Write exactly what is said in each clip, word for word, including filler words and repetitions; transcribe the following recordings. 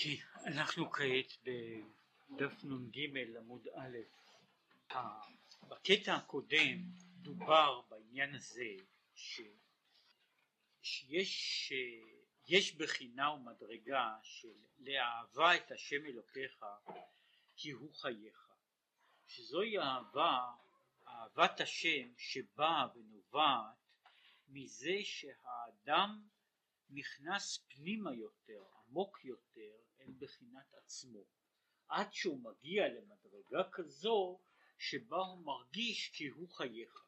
כן, אנחנו כעת בדף נ"ג עמוד א'. בקטע הקודם דובר בעניין הזה ש... שיש יש בחינה ומדרגה של לאהבה את השם אלוקיך כי הוא חייך, שזוהי אהבה, אהבת השם שבאה ונובעת מזה שהאדם נכנס פנימה יותר, עמוק יותר אל בחינת עצמו, עד שהוא מגיע למדרגה כזו שבה הוא מרגיש כי הוא חייך.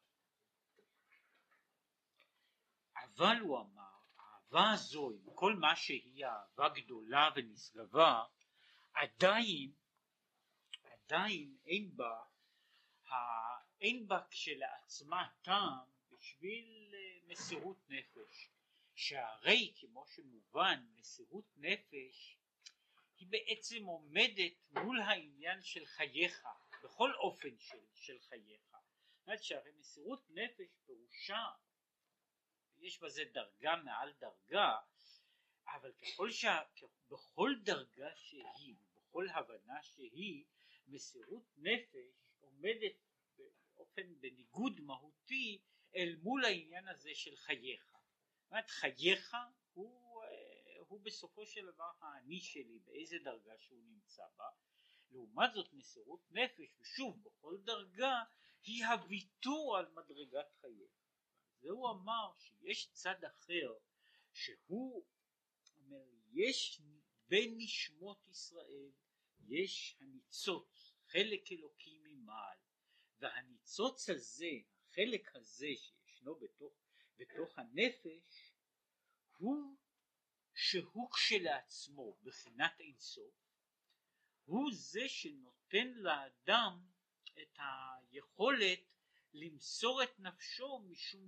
אבל הוא אמר, האהבה הזו עם כל מה שהיא אהבה גדולה ונשגבה, עדיין עדיין אין בה אין בה כשלעצמה טעם בשביל מסירות נפש, שהרי כמו שמובן מסירות נפש היא בעצם עומדת מול העניין של חייך בכל אופן של, של חייך. זאת אומרת שהרי מסירות נפש פירושה, יש בזה דרגה מעל דרגה, אבל ככל שבכל דרגה שהיא ובכל הבנה שהיא, מסירות נפש עומדת באופן בניגוד מהותי אל מול העניין הזה של חייך. זאת אומרת חייך הוא, הוא בסופו של דבר האני שלי באיזה דרגה שהוא נמצא בה, לעומת זאת מסירות נפש ושוב בכל דרגה היא הוויתור על מדרגת חייך. והוא אמר שיש צד אחר שהוא אומר, יש בין נשמות ישראל יש הניצוץ, חלק אלוקי ממעל, והניצוץ הזה, החלק הזה שישנו בתוך, בתוך הנפש, הוא שהוא כשלעצמו בחינת אינסוף, הוא זה שנותן לאדם את היכולת למסור את נפשו, משום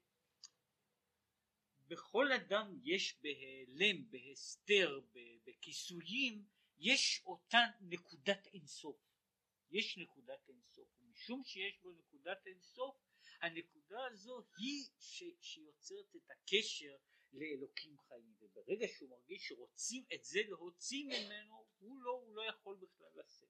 שבכל אדם יש בהיעלם, בהסתר, בכיסויים, יש אותה נקודת אינסוף, יש נקודת אינסוף, ומשום שיש בו נקודת אינסוף, הנקודה הזו היא ש, שיוצרת את הקשר לאלוקים חיים, וברגע שהוא מרגיש שרוצים את זה להוציא ממנו, הוא לא, הוא לא יכול בכלל לשאת.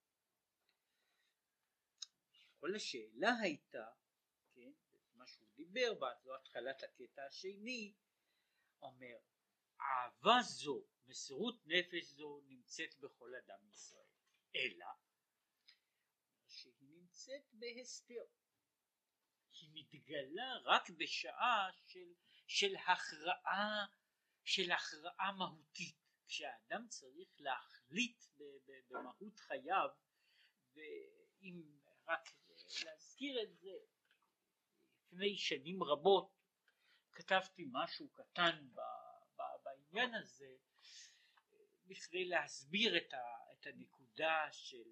כל השאלה הייתה, כן, מה שהוא דיבר בה, זו התחלת הקטע השני, אומר, אהבה זו, מסירות נפש זו, נמצאת בכל אדם ישראל, אלא שהיא נמצאת בהסתר, היא מתגלה רק בשעה של, של הכרעה, של הכרעה מהותית, כשהאדם צריך להחליט במהות חייו. ואם רק להזכיר את זה, לפני שנים רבות כתבתי משהו קטן בעניין הזה, בכדי להסביר את, ה, את הנקודה של,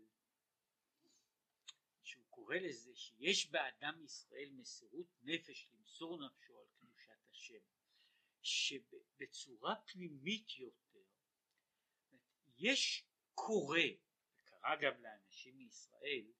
שהוא קורא לזה שיש באדם ישראל מסירות נפש למסור נפשו על קדושת השם, שבצורה פנימית יותר יש קורא, וקרא גם לאנשים מישראל,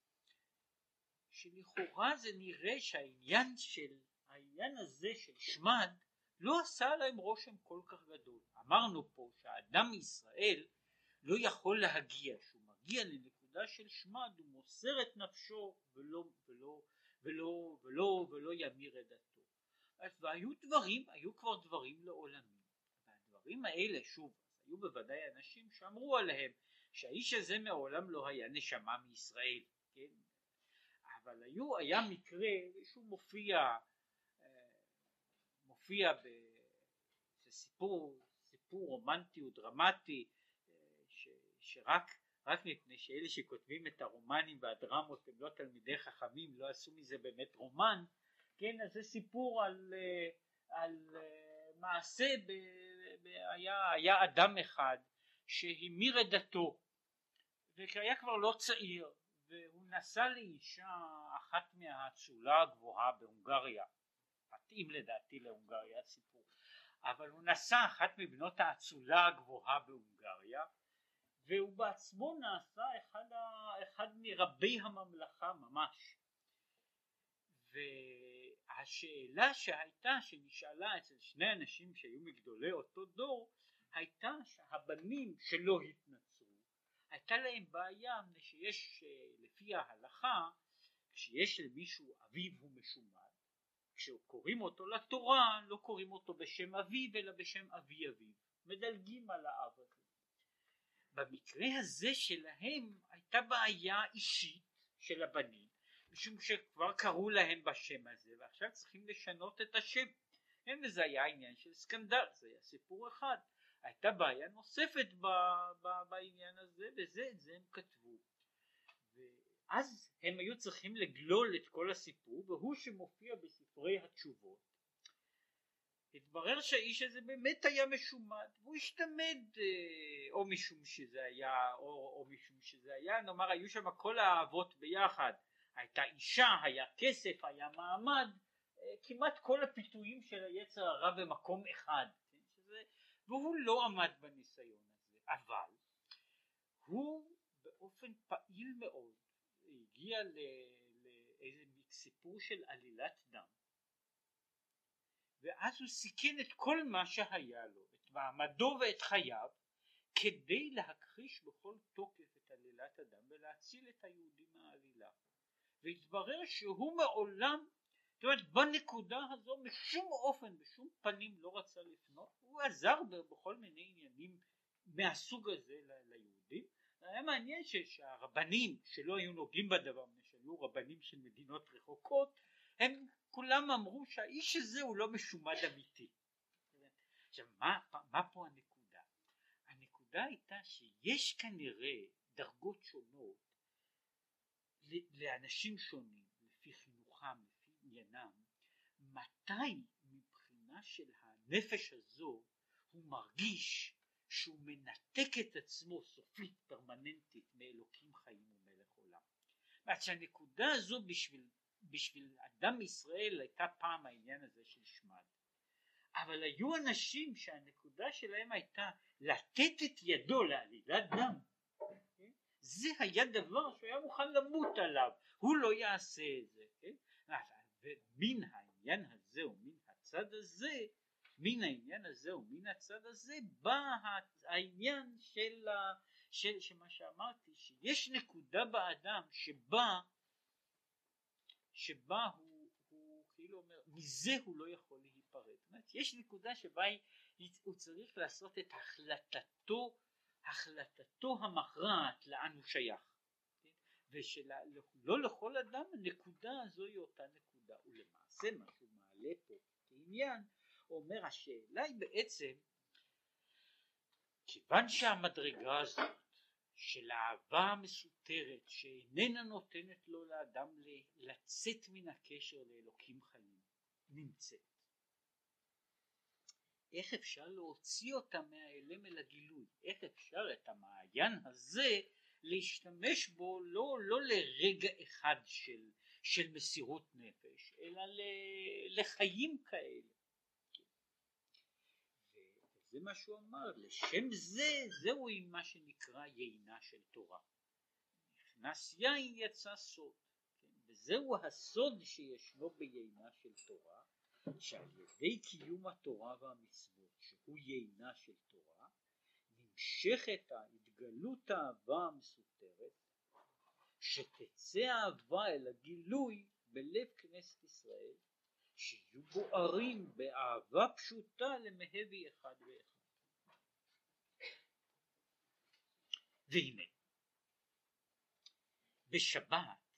שלכאורה זה נראה שהעניין של העניין הזה של שמד לא עשה להם רושם כל כך גדול. אמרנו פה שהאדם מישראל לא יכול להגיע, שהוא מגיע לנקודה של שמד הוא מוסר את נפשו ולא ולא ולא ולא ולא ימיר את דתו. והיו דברים, היו כבר דברים לעולמים, והדברים האלה שוב היו בוודאי אנשים שאמרו עליהם שהאיש הזה מעולם לא היה נשמה מישראל, כן? אבל היו, היה מקרה שהוא מופיע, מופיע בסיפור, סיפור רומנטי ודרמטי, ש, שרק, רק מפני שאלה שכותבים את הרומנים והדרמות הם לא תלמידי חכמים, לא עשו מזה באמת רומן, כן? אז זה סיפור על, על מעשה, ב, ב, היה, היה אדם אחד שהמיר את דתו, והיה כבר לא צעיר, והוא נסע לאישה אחת מהאצולה הגבוהה בהונגריה, מתאים לדעתי להונגריה הסיפור, אבל הוא נסע אחת מבנות האצולה הגבוהה בהונגריה, והוא בעצמו נעשה אחד, ה, אחד מרבי הממלכה ממש. והשאלה שהייתה, שנשאלה אצל שני אנשים שהיו מגדולי אותו דור, הייתה שהבנים שלא התנצרו, הייתה להם בעיה, שיש לפי ההלכה, כשיש למישהו אביו הוא משומד, כשקוראים אותו לתורה לא קוראים אותו בשם אביו אלא בשם אבי אביו, מדלגים על האב הזה. במקרה הזה שלהם הייתה בעיה אישית של הבנים, משום שכבר קראו להם בשם הזה ועכשיו צריכים לשנות את השם, וזה היה עניין של סקנדל, זה היה סיפור אחד. הייתה בעיה נוספת ב, ב, בעניין הזה, וזה את זה הם כתבו, ואז הם היו צריכים לגלול את כל הסיפור, והוא שמופיע בספרי התשובות. התברר שהאיש הזה באמת היה משומד, והוא השתמד או משום שזה היה או, או משום שזה היה, נאמר היו שם כל האהבות ביחד, הייתה אישה, היה כסף, היה מעמד, כמעט כל הפיתויים של היצר הרע במקום אחד, שזה, והוא לא עמד בניסיון הזה, אבל הוא באופן פעיל מאוד הגיע לאיזה סיפור של עלילת דם, ואז הוא סיכן את כל מה שהיה לו, את מעמדו ואת חייו, כדי להכחיש בכל תוקף את עלילת הדם ולהציל את היהודים מהעלילה. והתברר שהוא מעולם, זאת אומרת בנקודה הזו משום אופן, בשום פנים לא רצה לפנות, הוא עזר בכל מיני עניינים מהסוג הזה ליהודים. היה מעניין שהרבנים שלא היו נוגעים בדבר, שהיו רבנים של מדינות רחוקות, הם כולם אמרו שהאיש הזה הוא לא משומד אמיתי. עכשיו מה, מה פה הנקודה? הנקודה הייתה שיש כנראה דרגות שונות לאנשים שונים, לפי חינוכם, לפי עניינם, מתי מבחינה של הנפש הזו הוא מרגיש שהוא מנתק את עצמו סופית פרמננטית מאלוקים חיים ומלך עולם. ועד שהנקודה הזו בשביל, בשביל אדם ישראל הייתה פעם העניין הזה של שמד, אבל היו אנשים שהנקודה שלהם הייתה לתת את ידו לעלילת דם, זה היה דבר שהוא היה מוכן למות עליו, הוא לא יעשה את זה, כן? ומן העניין הזה ומן הצד הזה, מן העניין הזה ומן הצד הזה בא העניין של, של, של מה שאמרתי, שיש נקודה באדם שבה, שבה הוא, הוא כאילו אומר, מזה הוא לא יכול להיפרד. זאת אומרת, יש נקודה שבה הוא צריך לעשות את החלטתו, החלטתו המכרעת לאן הוא שייך, ולא לכל אדם הנקודה הזו היא אותה נקודה. ולמעשה מה שהוא מעלה פה כעניין, הוא אומר השאלה היא בעצם, כיוון שהמדרגה הזאת של האהבה המסותרת שאיננה נותנת לו לאדם לצאת מן הקשר לאלוקים חיים נמצאת, איך אפשר להוציא אותה מהאלם אל הגילוי? איך אפשר את המעיין הזה להשתמש בו לא, לא לרגע אחד של, של מסירות נפש, אלא לחיים כאלה? וזה מה שהוא אמר, לשם זה, זהו מה שנקרא יינה של תורה. נכנס יין יצא סוד, כן? וזהו הסוד שישנו ביינה של תורה, שעל ידי קיום התורה והמצוות שהוא יינה של תורה נמשכת ההתגלות האהבה המסותרת, שתצא אהבה אל הגילוי בלב כנסת ישראל, שיהיו בוערים באהבה פשוטה למהבי אחד ואחד. והנה בשבת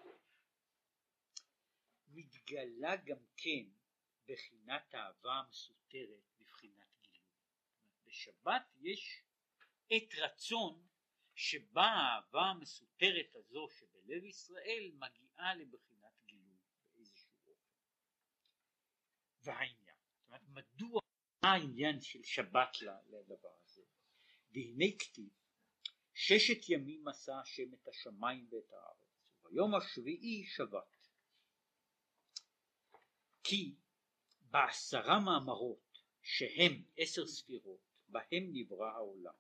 מתגלה גם כן בחינת האהבה המסותרת בבחינת גילוי. בשבת יש את רצון שבה האהבה המסותרת הזו שבלב ישראל מגיעה לבחינת גילוי באיזשהו אופן. והעניין, זאת אומרת, מדוע העניין של שבת לדבר הזה? והנה כתיב, ששת ימים עשה השם את השמיים ואת הארץ, וביום השביעי שבת. כי בעשרה מאמרות שהם עשר ספירות בהם נברא העולם,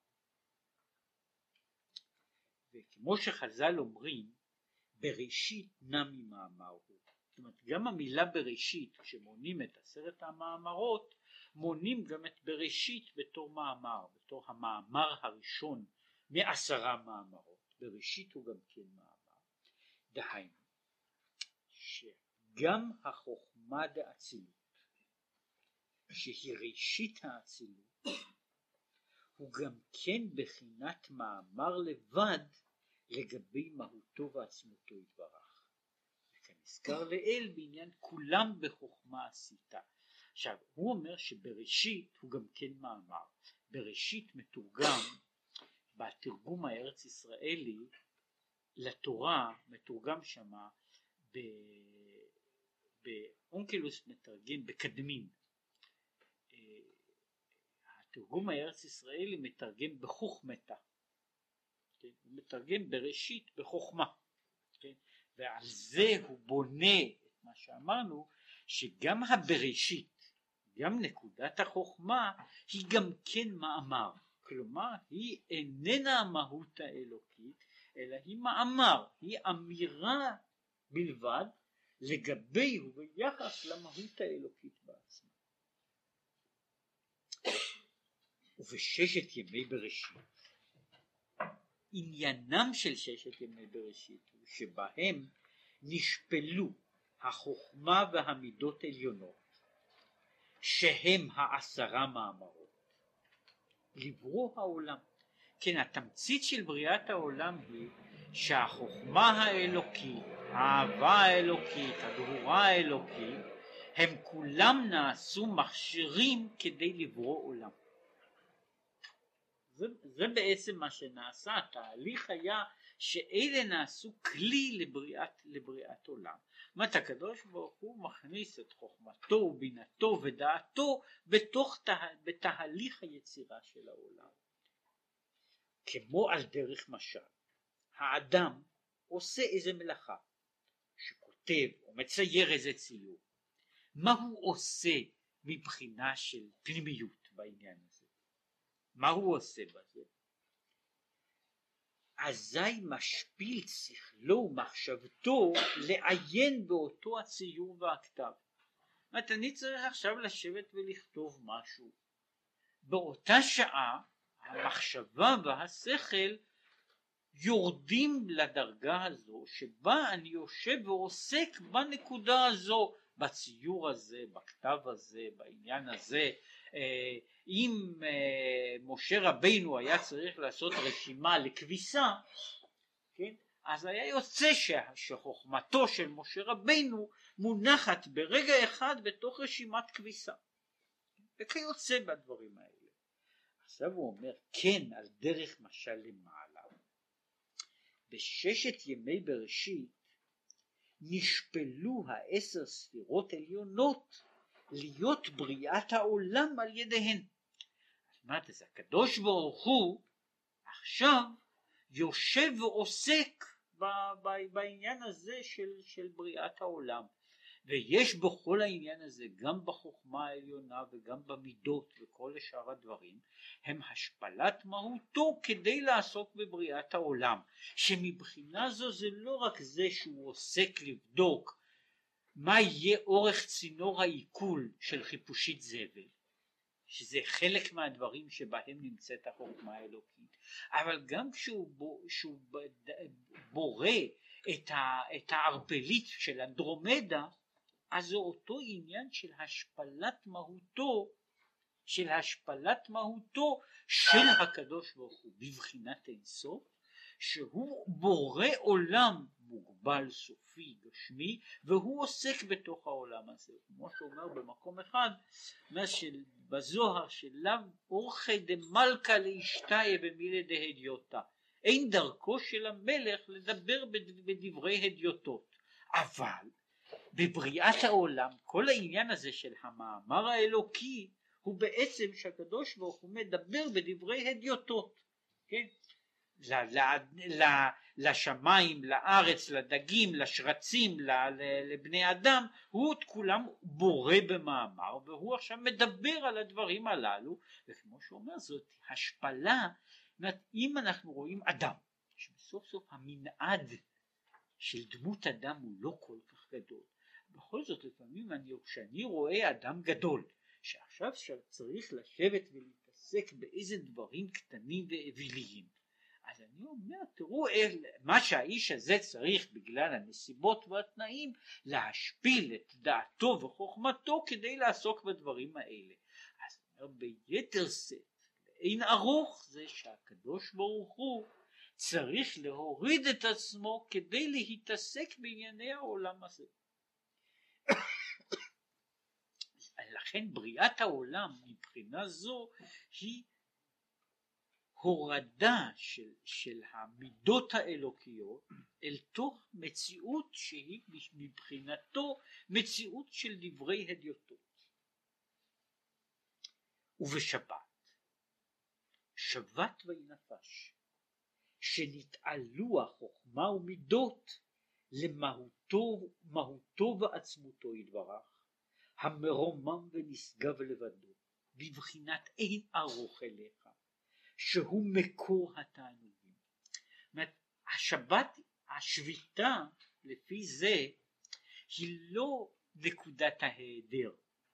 וכמו שחז"ל אומרים בראשית נמי מאמר הוא, זאת אומרת גם המילה בראשית כשמונים את עשרת המאמרות מונים גם את בראשית בתור מאמר, בתור המאמר הראשון מעשרה מאמרות. בראשית הוא גם כן מאמר. דהיינו, שגם החוכמה דאצילות, שהיא ראשית האצילות, הוא גם כן בחינת מאמר לבד לגבי מהותו ועצמותו יתברך. וכנזכר לאל בעניין כולם בחוכמה עשית. עכשיו הוא אומר שבראשית הוא גם כן מאמר. בראשית מתורגם בתרגום הארץ ישראלי לתורה, מתורגם שמה באונקלוס מתרגם בקדמין. התרגום הארץ ישראלי מתרגם בחוכמתה, כן? הוא מתרגם בראשית בחוכמה, כן? ועל זה הוא בונה את מה שאמרנו, שגם הבראשית, גם נקודת החוכמה, היא גם כן מאמר. כלומר היא איננה המהות האלוקית, אלא היא מאמר, היא אמירה בלבד לגבי וביחס למהות האלוקית בעצמה. ובששת ימי בראשית, עניינם של ששת ימי בראשית הוא שבהם נשפלו החוכמה והמידות עליונות, שהם העשרה מאמרות, לברוא העולם. כן, התמצית של בריאת העולם היא שהחוכמה האלוקית, האהבה האלוקית, הגבורה האלוקית, הם כולם נעשו מכשירים כדי לברוא עולם. זה, זה בעצם מה שנעשה. התהליך היה שאלה נעשו כלי לבריאת, לבריאת עולם. זאת אומרת, הקדוש ברוך הוא מכניס את חוכמתו ובינתו ודעתו בתוך תה, בתהליך היצירה של העולם. כמו על דרך משל, האדם עושה איזה מלאכה, שכותב או מצייר איזה ציור. מה הוא עושה מבחינה של פנימיות בעניין הזה? מה הוא עושה בזה? אזי משפיל שכלו ומחשבתו לעיין באותו הציור והכתב. זאת אומרת, אני צריך עכשיו לשבת ולכתוב משהו. באותה שעה המחשבה והשכל יורדים לדרגה הזו שבה אני יושב ועוסק בנקודה הזו, בציור הזה, בכתב הזה, בעניין הזה. אם משה רבינו היה צריך לעשות רשימה לכביסה, כן? אז היה יוצא שחוכמתו של משה רבינו מונחת ברגע אחד בתוך רשימת כביסה, וכיוצא בדברים האלה. עכשיו הוא אומר, כן, על דרך משל למעלה, בששת ימי בראשית נשפלו העשר ספירות עליונות להיות בריאת העולם על ידיהן. זאת אומרת, אז הקדוש ברוך הוא עכשיו יושב ועוסק בעניין הזה של, של בריאת העולם, ויש בכל העניין הזה, גם בחוכמה העליונה וגם במידות וכל שאר הדברים, הם השפלת מהותו כדי לעסוק בבריאת העולם. שמבחינה זו זה לא רק זה שהוא עוסק לבדוק מה יהיה אורך צינור העיכול של חיפושית זבל, שזה חלק מהדברים שבהם נמצאת החוכמה האלוקית, אבל גם כשהוא בורא את, ה, את הערפלית של אנדרומדה, אז זה אותו עניין של השפלת מהותו, של השפלת מהותו של הקדוש ברוך הוא בבחינת אינסוף, שהוא בורא עולם מוגבל, סופי, גשמי, והוא עוסק בתוך העולם הזה. כמו שאומר במקום אחד, בזוהר שלו אורחי דמלכה לאשתיה במילי דהדיותה, אין דרכו של המלך לדבר בדברי הדיוטות. אבל בבריאת העולם כל העניין הזה של המאמר האלוקי הוא בעצם שהקדוש ברוך הוא מדבר בדברי הדיוטות, כן? לשמיים, לארץ, לדגים, לשרצים, לבני אדם, הוא את כולם בורא במאמר, והוא עכשיו מדבר על הדברים הללו. וכמו שאומר, זאת השפלה. אם אנחנו רואים אדם שבסוף סוף המנעד של דמות אדם הוא לא כל כך גדול, בכל זאת לפעמים אני, כשאני רואה אדם גדול שעכשיו צריך לשבת ולהתעסק באיזה דברים קטנים ואוויליים. אז אני אומר, תראו מה שהאיש הזה צריך בגלל הנסיבות והתנאים להשפיל את דעתו וחוכמתו כדי לעסוק בדברים האלה. אז אני אומר, ביתר שאת, אין ארוך זה שהקדוש ברוך הוא צריך להוריד את עצמו כדי להתעסק בענייני העולם הזה. לכן בריאת העולם מבחינה זו היא הורדה של, של המידות האלוקיות אל תוך מציאות שהיא מבחינתו מציאות של דברי הדיוטות. ובשבת, שבת וינפש, שנתעלו החוכמה ומידות למהותו מהותו ועצמותו יתברך, המרומם ונשגב לבדו, בבחינת אין ארוך אליך, שהוא מקור התענוגים. זאת אומרת, השבת, השביתה לפי זה היא לא נקודת ההיעדר.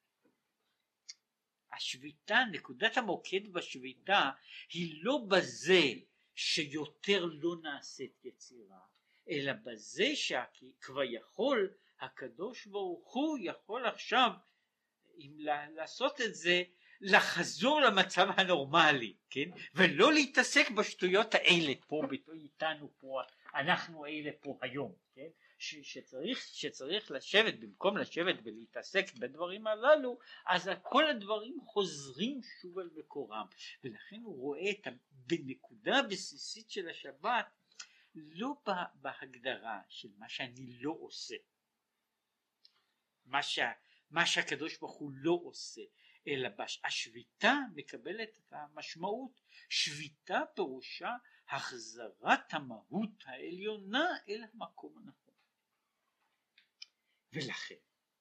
השביתה, נקודת המוקד בשביתה היא לא בזה שיותר לא נעשית יצירה, אלא בזה שכבר יכול הקדוש ברוך הוא יכול עכשיו אם לעשות את זה לחזור למצב הנורמלי, כן? ולא להתעסק בשטויות האלה פה איתנו פה, אנחנו אלה פה היום, כן? ש, שצריך, שצריך לשבת, במקום לשבת ולהתעסק בדברים הללו, אז כל הדברים חוזרים שוב על מקורם. ולכן הוא רואה את בנקודה הבסיסית של השבת לא בהגדרה של מה שאני לא עושה, מה, שה, מה שהקדוש ברוך הוא לא עושה, אלא השביתה מקבלת את המשמעות. שביתה פירושה החזרת המהות העליונה אל המקום הנכון. ולכן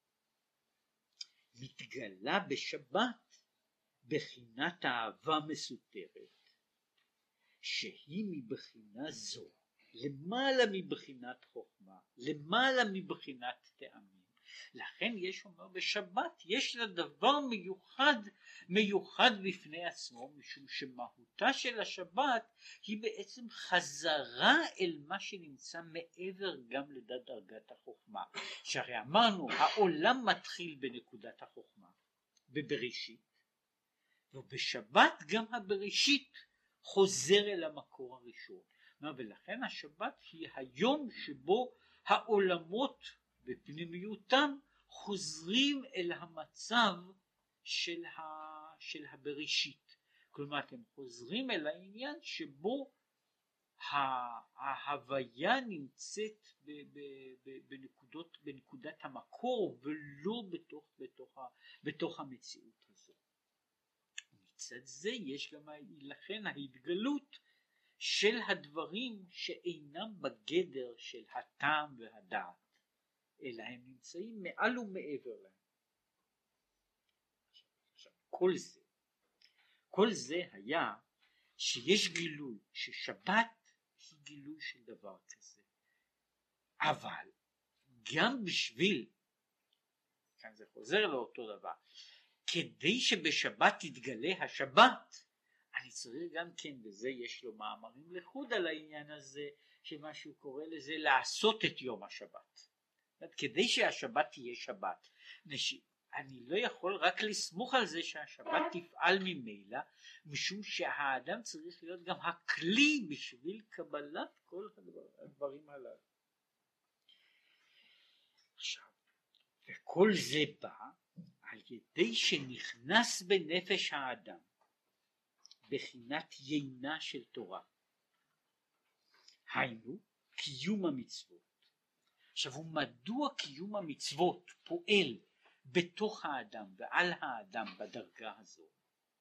מתגלה בשבת בחינת אהבה מסותרת, שהיא מבחינה זו למעלה מבחינת חוכמה, למעלה מבחינת טעמים. לכן יש אומר בשבת יש לה דבר מיוחד מיוחד בפני עצמו, משום שמהותה של השבת היא בעצם חזרה אל מה שנמצא מעבר גם לדרגת החוכמה. שהרי אמרנו העולם מתחיל בנקודת החוכמה בבראשית, ובשבת גם הבראשית חוזר אל המקור הראשון. ולכן השבת היא היום שבו העולמות בפנימיותם חוזרים אל המצב של, ה, של הבראשית. כלומר הם חוזרים אל העניין שבו ההוויה נמצאת ב, ב, ב, בנקודות, בנקודת המקור ולא בתוך, בתוך, בתוך המציאות הזו. מצד זה יש גם לכן ההתגלות של הדברים שאינם בגדר של הטעם והדעת, אלא הם נמצאים מעל ומעבר להם. עכשיו, כל זה, כל זה היה שיש גילוי, ששבת היא גילוי של דבר כזה. אבל גם בשביל, כאן זה חוזר לאותו דבר, כדי שבשבת תתגלה השבת, אני צריך גם כן, וזה יש לו מאמרים לחוד על העניין הזה, שמה שהוא קורא לזה לעשות את יום השבת. כדי שהשבת תהיה שבת, אני לא יכול רק לסמוך על זה שהשבת תפעל ממילא, משום שהאדם צריך להיות גם הכלי בשביל קבלת כל הדברים הללו. עכשיו, וכל זה בא על ידי שנכנס בנפש האדם בחינת יינה של תורה, היינו קיום המצוות. עכשיו, ומדוע קיום המצוות פועל בתוך האדם ועל האדם בדרגה הזו?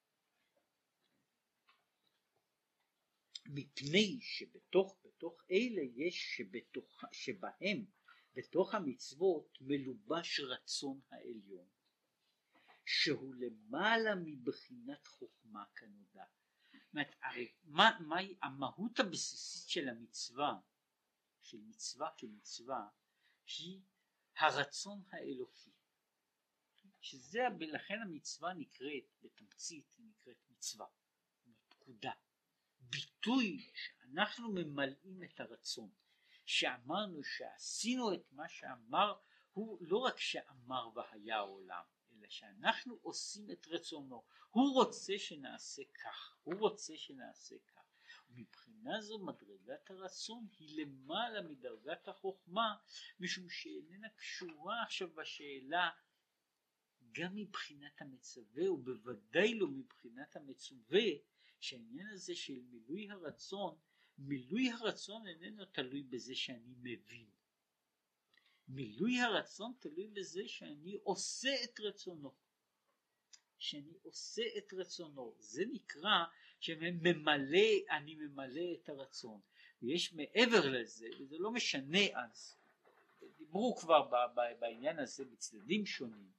מפני שבתוך בתוך אלה יש שבתוך, שבהם בתוך המצוות מלובש רצון העליון, שהוא למעלה מבחינת חוכמה כנודע. הרי מה, מהי המהות הבסיסית של המצווה, של מצווה כמצווה, היא הרצון האלוקי. שזה, לכן המצווה נקראת, בתמצית היא נקראת מצווה, פקודה, ביטוי שאנחנו ממלאים את הרצון, שאמרנו שעשינו את מה שאמר, הוא לא רק שאמר והיה העולם, אלא שאנחנו עושים את רצונו, הוא רוצה שנעשה כך, הוא רוצה שנעשה כך. מבחינה זו מדרגת הרצון היא למעלה מדרגת החוכמה, משום שאיננה קשורה עכשיו בשאלה גם מבחינת המצווה ובוודאי לא מבחינת המצווה, שהעניין הזה של מילוי הרצון, מילוי הרצון איננו תלוי בזה שאני מבין, מילוי הרצון תלוי בזה שאני עושה את רצונו, שאני עושה את רצונו, זה נקרא שממלא, אני ממלא את הרצון. ויש מעבר לזה, וזה לא משנה, אז דיברו כבר ב- ב- בעניין הזה בצדדים שונים,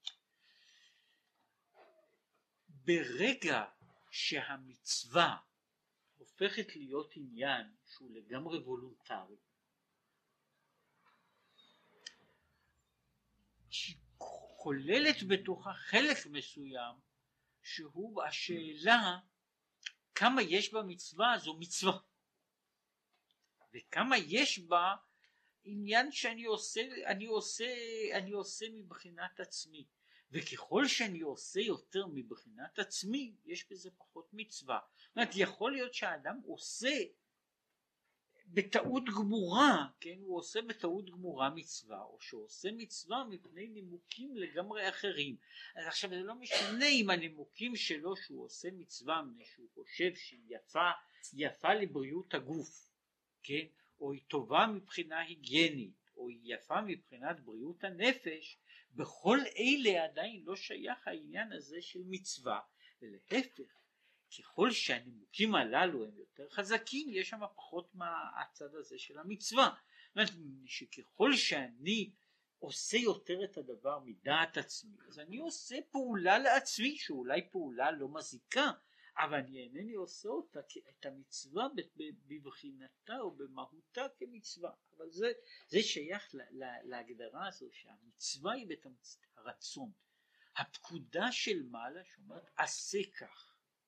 ברגע שהמצווה הופכת להיות עניין שהוא לגמרי וולונטרי, כוללת בתוכה חלק מסוים שהוא השאלה כמה יש במצווה הזו מצווה, וכמה יש בה עניין שאני עושה, אני עושה, אני עושה מבחינת עצמי, וככל שאני עושה יותר מבחינת עצמי יש בזה פחות מצווה. זאת אומרת, יכול להיות שהאדם עושה בטעות גמורה, כן, הוא עושה בטעות גמורה מצווה, או שהוא עושה מצווה מפני נימוקים לגמרי אחרים. אז עכשיו זה לא משנה אם הנימוקים שלו שהוא עושה מצווה מפני שהוא חושב שהיא יפה, יפה לבריאות הגוף, כן, או היא טובה מבחינה היגיינית, או היא יפה מבחינת בריאות הנפש, בכל אלה עדיין לא שייך העניין הזה של מצווה, ולהפך, ככל שהנימוקים הללו הם יותר חזקים, יש שם פחות מהצד הזה של המצווה. זאת אומרת, שככל שאני עושה יותר את הדבר מדעת עצמי, אז אני עושה פעולה לעצמי, שאולי פעולה לא מזיקה, אבל אני אינני עושה אותה, את המצווה בבחינתה או במהותה כמצווה. אבל זה, זה שייך לה, לה, להגדרה הזו, שהמצווה היא בתמצית הרצון. הפקודה של מעלה שאומרת, עשה כך.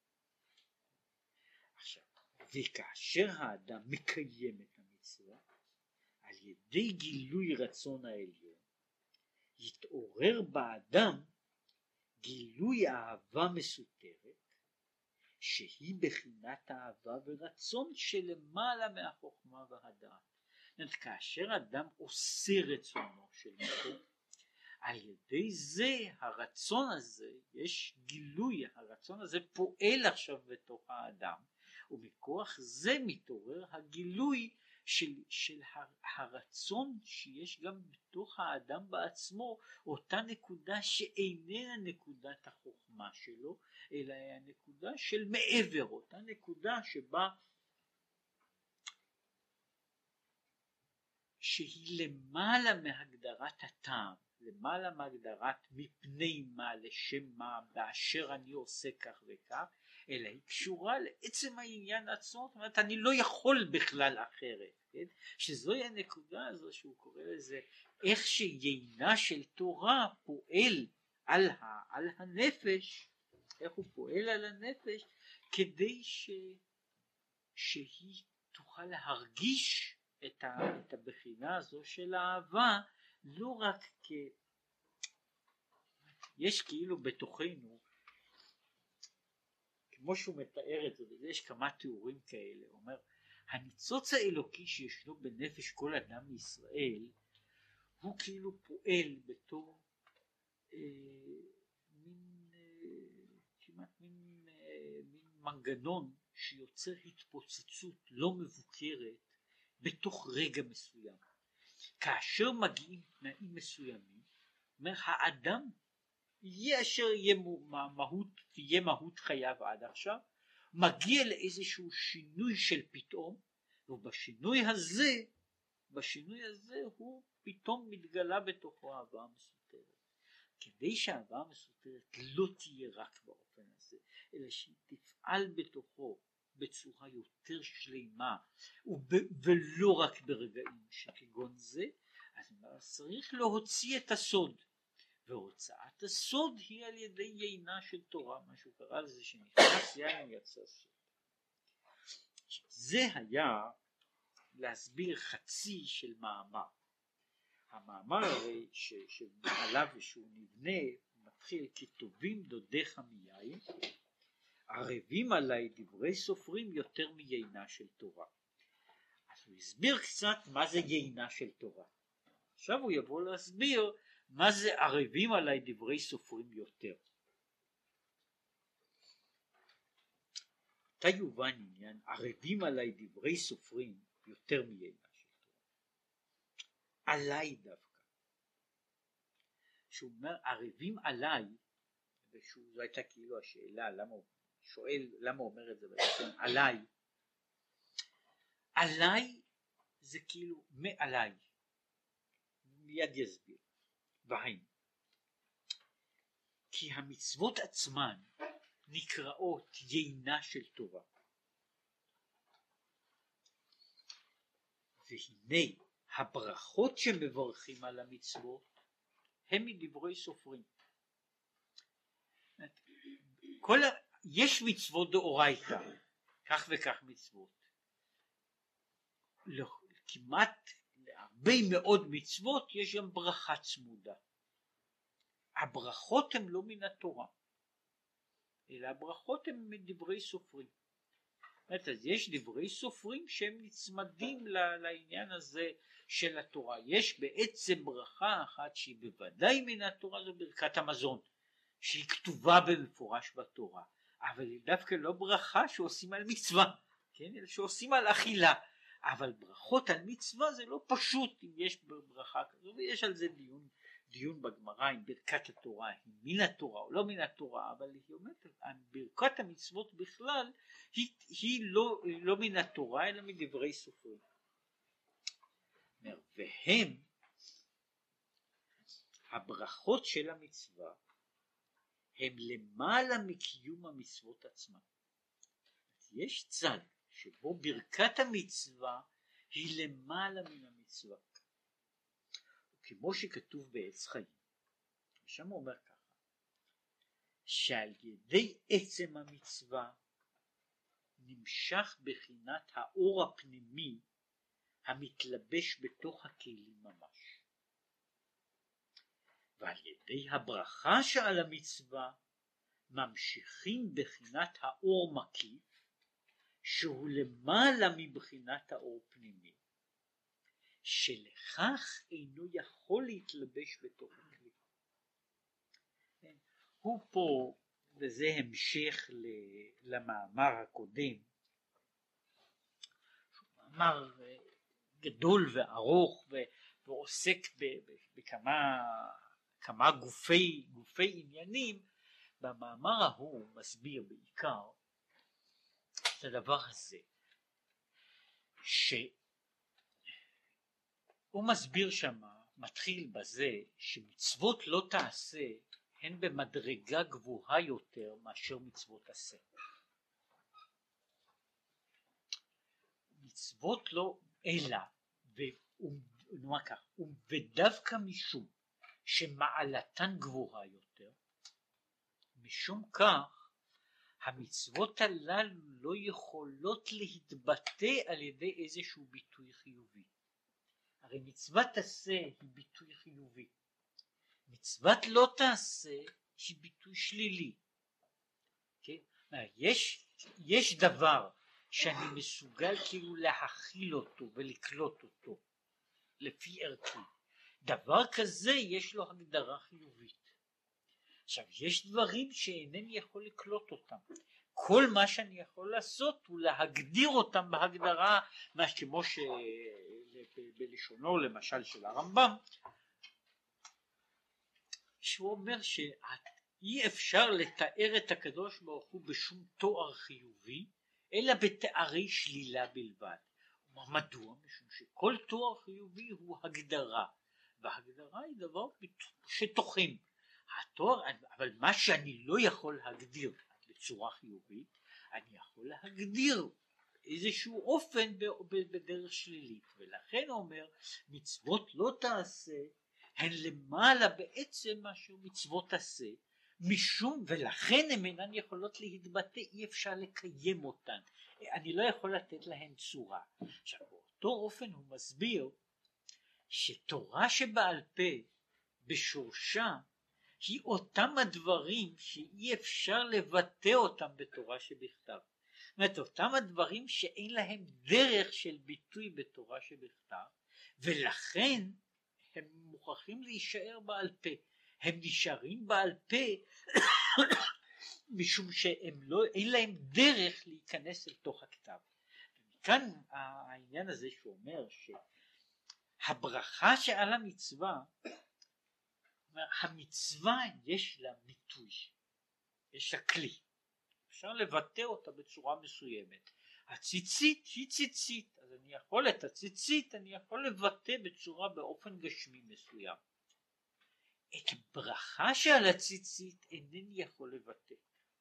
עכשיו, וכאשר האדם מקיים את המצווה, על ידי גילוי רצון העליון, יתעורר באדם גילוי אהבה מסותרת, שהיא בחינת אהבה ורצון שלמעלה מהחוכמה והדעת. כאשר אדם עושה רצונו של מקום, על ידי זה הרצון הזה, יש גילוי, הרצון הזה פועל עכשיו בתוך האדם, ומכוח זה מתעורר הגילוי של, של הרצון שיש גם בתוך האדם בעצמו, אותה נקודה שאיננה נקודת החוכמה שלו, אלא היא הנקודה של מעבר, אותה נקודה שבה שהיא למעלה מהגדרת הטעם, למעלה מהגדרת מפני מה, לשם מה, באשר אני עושה כך וכך, אלא היא קשורה לעצם העניין עצמו. זאת אומרת, אני לא יכול בכלל אחרת, כן? שזוהי הנקודה הזו שהוא קורא לזה, איך שיינה של תורה פועל על, ה, על הנפש, איך הוא פועל על הנפש, כדי ש, שהיא תוכל להרגיש את, ה, את הבחינה הזו של האהבה, לא רק כ... יש כאילו בתוכנו, כמו שהוא מתאר את זה, ויש כמה תיאורים כאלה, הוא אומר, הניצוץ האלוקי שישנו בנפש כל אדם מישראל, הוא כאילו פועל בתור אה, מין, אה, כמעט מין, אה, מין מנגנון שיוצר התפוצצות לא מבוקרת בתוך רגע מסוים. כאשר מגיעים תנאים מסוימים, אומר האדם יהיה אשר יהיה מהות, תהיה מהות חייו עד עכשיו, מגיע לאיזשהו שינוי של פתאום, ובשינוי הזה, בשינוי הזה הוא פתאום מתגלה בתוכו אהבה מסותרת. כדי שהאהבה המסותרת לא תהיה רק באופן הזה, אלא שהיא תפעל בתוכו בצורה יותר שלמה, ולא רק ברגעים שכגון זה, אז צריך להוציא את הסוד, והוצאת הסוד היא על ידי יינה של תורה, משהו קרה לזה שנכנס יין יצא סוד. זה היה להסביר חצי של מאמר. המאמר הרי שעליו שהוא נבנה מתחיל כי טובים דודיך מיין, ערבים עליי דברי סופרים יותר מיינה של תורה. אז הוא הסביר קצת מה זה יינה של תורה. עכשיו הוא יבוא להסביר מה זה ערבים עליי דברי סופרים יותר. מתי יובן עניין ערבים עליי דברי סופרים יותר מיינה של תורה? עליי דווקא. שהוא אומר ערבים עליי, וזו הייתה כאילו השאלה למה הוא שואל למה הוא אומר את זה בעצם עליי. עליי זה כאילו מעליי. מיד יסביר. והיינו, כי המצוות עצמן נקראות יינה של תורה. והנה הברכות שמברכים על המצוות הם מדברי סופרים. כל ה... יש מצוות דאורייתא, כך וכך מצוות. כמעט להרבה מאוד מצוות יש גם ברכה צמודה. הברכות הן לא מן התורה, אלא הברכות הן מדברי סופרים. אז יש דברי סופרים שהם נצמדים לעניין הזה של התורה. יש בעצם ברכה אחת שהיא בוודאי מן התורה, זו ברכת המזון, שהיא כתובה במפורש בתורה, אבל היא דווקא לא ברכה שעושים על מצווה, כן? אלא שעושים על אכילה. אבל ברכות על מצווה זה לא פשוט אם יש ברכה כזו, ויש על זה דיון, דיון בגמרא אם ברכת התורה היא מן התורה או לא מן התורה, אבל היא אומרת, ברכת המצוות בכלל היא, היא, לא, היא לא מן התורה אלא מדברי סופרים. והם הברכות של המצווה הם למעלה מקיום המצוות עצמן. יש צד שבו ברכת המצווה היא למעלה מן המצווה, כמו שכתוב בעץ חיים. שם הוא אומר ככה, שעל ידי עצם המצווה נמשך בחינת האור הפנימי המתלבש בתוך הכלים ממש, ועל ידי הברכה שעל המצווה ממשיכים בחינת האור מקיף שהוא למעלה מבחינת האור פנימי, שלכך אינו יכול להתלבש בתוך הכלי. הוא פה, וזה המשך למאמר הקודם, מאמר גדול וארוך ועוסק בכמה כמה גופי, גופי עניינים. במאמר ההוא מסביר בעיקר את הדבר הזה, שהוא מסביר שמה, מתחיל בזה שמצוות לא תעשה הן במדרגה גבוהה יותר מאשר מצוות עשה. מצוות לא אלא, ונאמר כך, ודווקא משום שמעלתן גבוהה יותר, משום כך המצוות הללו לא יכולות להתבטא על ידי איזשהו ביטוי חיובי. הרי מצוות תעשה היא ביטוי חיובי, מצוות לא תעשה היא ביטוי שלילי. כן? יש, יש דבר שאני מסוגל כאילו להכיל אותו ולקלוט אותו לפי ערכי, דבר כזה יש לו הגדרה חיובית. עכשיו יש דברים שאינני יכול לקלוט אותם, כל מה שאני יכול לעשות הוא להגדיר אותם בהגדרה, מה כמו שבלשונו למשל של הרמב"ם, שהוא אומר שאי אפשר לתאר את הקדוש ברוך הוא בשום תואר חיובי אלא בתארי שלילה בלבד. מדוע? משום שכל תואר חיובי הוא הגדרה, והגדרה היא דבר שתוכן התואר, אבל מה שאני לא יכול להגדיר בצורה חיובית אני יכול להגדיר איזשהו אופן בדרך שלילית. ולכן הוא אומר מצוות לא תעשה הן למעלה בעצם מאשר מצוות עשה, משום ולכן הן אינן יכולות להתבטא, אי אפשר לקיים אותן, אני לא יכול לתת להן צורה. עכשיו באותו אופן הוא מסביר שתורה שבעל פה בשורשה היא אותם הדברים שאי אפשר לבטא אותם בתורה שבכתב. זאת אומרת אותם הדברים שאין להם דרך של ביטוי בתורה שבכתב, ולכן הם מוכרחים להישאר בעל פה. הם נשארים בעל פה משום שהם לא, אין להם דרך להיכנס לתוך הכתב. כאן העניין הזה שאומר שהברכה שעל המצווה, המצווה יש לה ביטוי, יש לה כלי, אפשר לבטא אותה בצורה מסוימת. הציצית היא ציצית, אז אני יכול את הציצית אני יכול לבטא בצורה באופן גשמי מסוים. את ברכה שעל הציצית אינני יכול לבטא,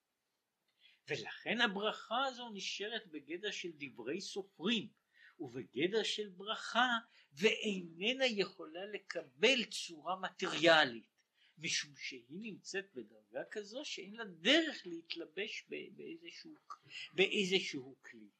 ולכן הברכה הזו נשארת בגדר של דברי סופרים ובגדר של ברכה, ואיננה יכולה לקבל צורה מטריאלית, משום שהיא נמצאת בדרגה כזו שאין לה דרך להתלבש באיזשהו, באיזשהו כלי.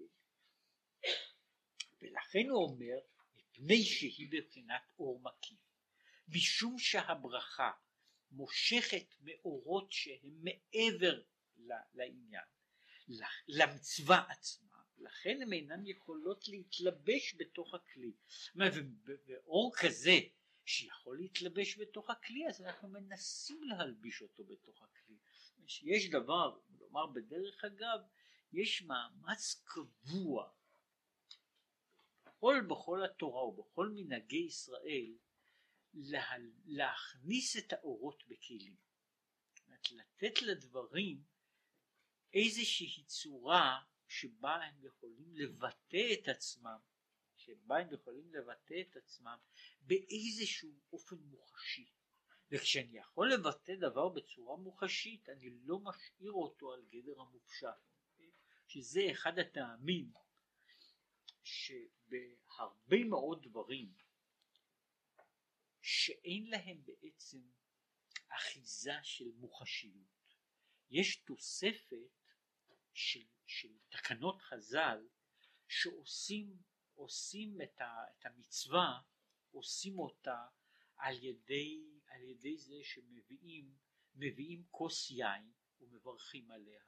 ולכן הוא אומר מפני שהיא בבחינת אור מקיף, משום שהברכה מושכת מאורות שהם מעבר לעניין, למצווה עצמה, לכן הן אינן יכולות להתלבש בתוך הכלי. ואור כזה שיכול להתלבש בתוך הכלי, אז אנחנו מנסים להלביש אותו בתוך הכלי. יש דבר, כלומר בדרך אגב, יש מאמץ קבוע בכל, בכל התורה ובכל מנהגי ישראל לה, להכניס את האורות בכלים, לתת לדברים איזושהי צורה שבה הם יכולים לבטא את עצמם, שבה הם יכולים לבטא את עצמם באיזשהו אופן מוחשי. וכשאני יכול לבטא דבר בצורה מוחשית, אני לא משאיר אותו על גדר המופשט, שזה אחד הטעמים שבהרבה מאוד דברים שאין להם בעצם אחיזה של מוחשיות, יש תוספת של, של תקנות חז"ל שעושים עושים את, ה, את המצווה, עושים אותה על ידי, על ידי זה שמביאים מביאים כוס יין ומברכים עליה.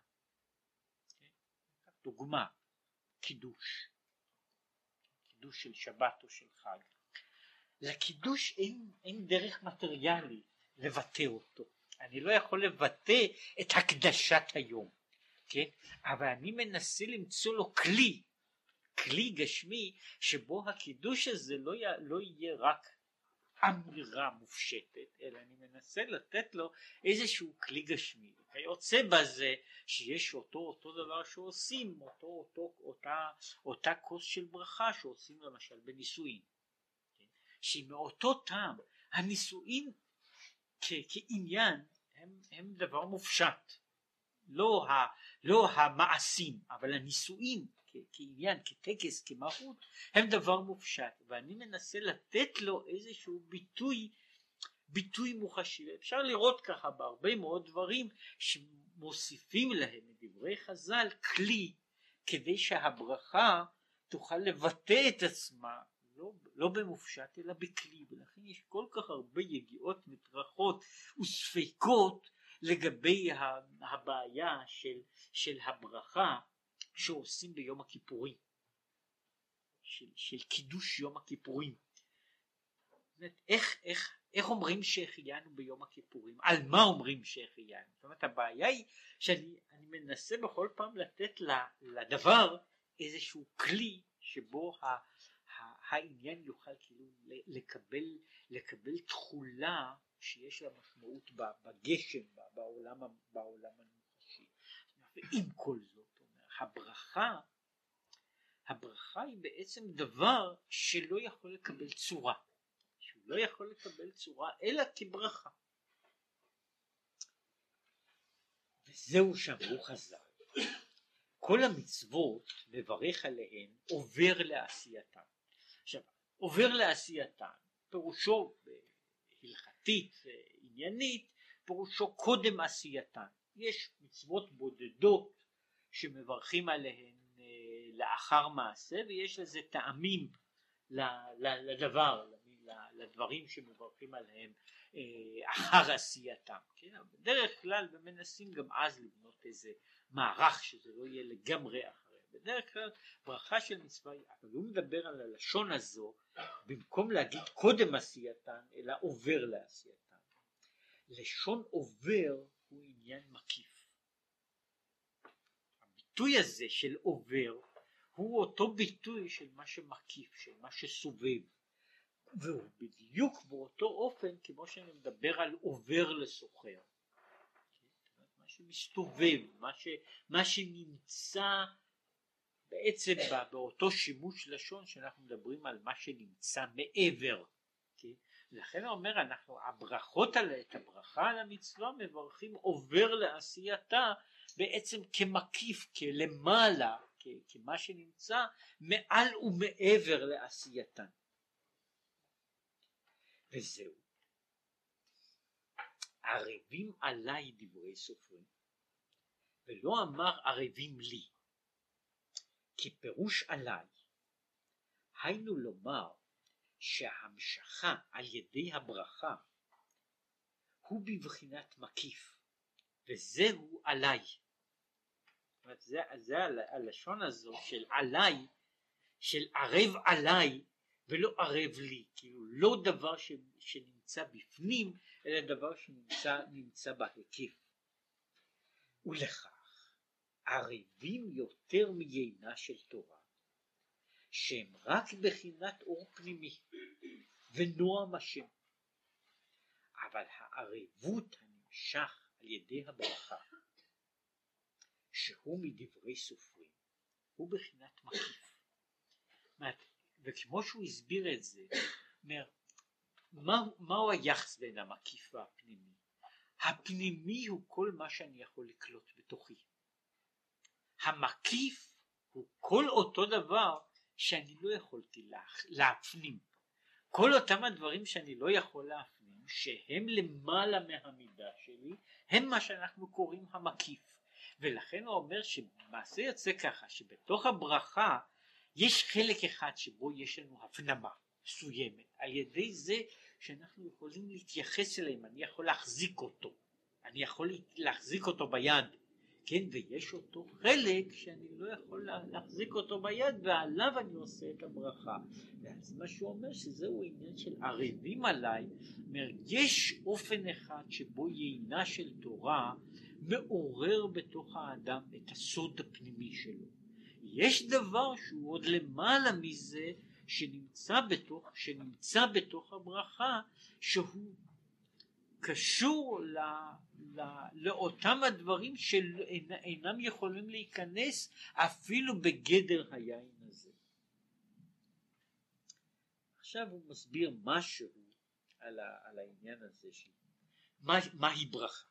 דוגמה, קידוש, קידוש של שבת או של חג. לקידוש אין, אין דרך מטריאלית לבטא אותו, אני לא יכול לבטא את הקדשת היום, כן? אבל אני מנסה למצוא לו כלי, כלי גשמי שבו הקידוש הזה לא, י... לא יהיה רק אמירה מופשטת, אלא אני מנסה לתת לו איזשהו כלי גשמי. יוצא בזה שיש אותו אותו דבר שעושים, אותו, אותו, אותה, אותה כוס של ברכה שעושים למשל בנישואין, שהיא מאותו טעם. הנישואין כ... כעניין הם, הם דבר מופשט, לא, ה... לא המעשים, אבל הנישואין כעניין, כטקס, כמהות, הם דבר מופשט, ואני מנסה לתת לו איזשהו ביטוי, ביטוי מוחשי. אפשר לראות ככה בהרבה מאוד דברים שמוסיפים להם את דברי חז"ל כלי, כדי שהברכה תוכל לבטא את עצמה, לא, לא במופשט אלא בכלי. ולכן יש כל כך הרבה יגיעות מטרחות וספקות לגבי הבעיה של, של הברכה שעושים ביום הכיפורים, של, של קידוש יום הכיפורים. איך, איך, איך אומרים שהחיינו ביום הכיפורים? על מה אומרים שהחיינו? זאת אומרת, הבעיה היא שאני אני מנסה בכל פעם לתת לדבר איזשהו כלי שבו ה, ה, העניין יוכל כאילו לקבל, לקבל תחולה שיש לה משמעות בגשם, בעולם, בעולם המוחשי. ועם כל זאת, הברכה, הברכה היא בעצם דבר שלא יכול לקבל צורה, שהוא לא יכול לקבל צורה אלא כברכה. וזהו שאמרו חז"ל, כל המצוות מברך עליהן עובר לעשייתן. עכשיו, עובר לעשייתן פירושו הלכתית ועניינית, פירושו קודם עשייתן. יש מצוות בודדות שמברכים עליהן לאחר מעשה, ויש לזה טעמים לדבר, לדברים שמברכים עליהם אחר עשייתם. כן? בדרך כלל ומנסים גם אז לבנות איזה מערך שזה לא יהיה לגמרי אחרי. בדרך כלל ברכה של מצווה, אבל הוא מדבר על הלשון הזו, במקום להגיד קודם עשייתן, אלא עובר לעשייתן. לשון עובר הוא עניין מקיף. הביטוי הזה של עובר הוא אותו ביטוי של מה שמקיף, של מה שסובב, והוא בדיוק באותו אופן כמו שאני מדבר על עובר לסוחר. מה שמסתובב, מה, ש, מה שנמצא בעצם באותו שימוש לשון שאנחנו מדברים על מה שנמצא מעבר. לכן הוא אומר, אנחנו הברכות על את הברכה על המצווה מברכים עובר לעשייתה בעצם כמקיף, כלמעלה, כמה שנמצא מעל ומעבר לעשייתן. וזהו. ערבים עליי דברי סופרים, ולא אמר ערבים לי, כפירוש עליי, היינו לומר שההמשכה על ידי הברכה הוא בבחינת מקיף, וזהו עליי. זה, זה הלשון הזו של עליי, של ערב עליי ולא ערב לי, כאילו לא דבר ש, שנמצא בפנים, אלא דבר שנמצא נמצא בהיקף. ולכך ערבים יותר מיינה של תורה, שהם רק בחינת אור פנימי ונועם השם, אבל הערבות הנמשך על ידי הברכה שהוא מדברי סופרים הוא בחינת מקיף. וכמו שהוא הסביר את זה, אומר, מהו, מהו היחס בין המקיף והפנימי? הפנימי הוא כל מה שאני יכול לקלוט בתוכי, המקיף הוא כל אותו דבר שאני לא יכולתי להפנים, כל אותם הדברים שאני לא יכול להפנים שהם למעלה מהמידה שלי, הם מה שאנחנו קוראים המקיף. ולכן הוא אומר שמעשה יוצא ככה שבתוך הברכה יש חלק אחד שבו יש לנו הפנמה מסוימת, על ידי זה שאנחנו יכולים להתייחס אליהם, אני יכול להחזיק אותו, אני יכול להחזיק אותו ביד, כן, ויש אותו חלק שאני לא יכול להחזיק אותו ביד ועליו אני עושה את הברכה. אז מה שהוא אומר שזהו עניין של ערבים עליי, אומר, יש אופן אחד שבו יינה של תורה מעורר בתוך האדם את הסוד הפנימי שלו. יש דבר שהוא עוד למעלה מזה שנמצא בתוך, שנמצא בתוך הברכה, שהוא קשור ל, ל, לאותם הדברים שאינם יכולים להיכנס אפילו בגדר היין הזה. עכשיו הוא מסביר משהו על, ה, על העניין הזה של מה, מהי ברכה.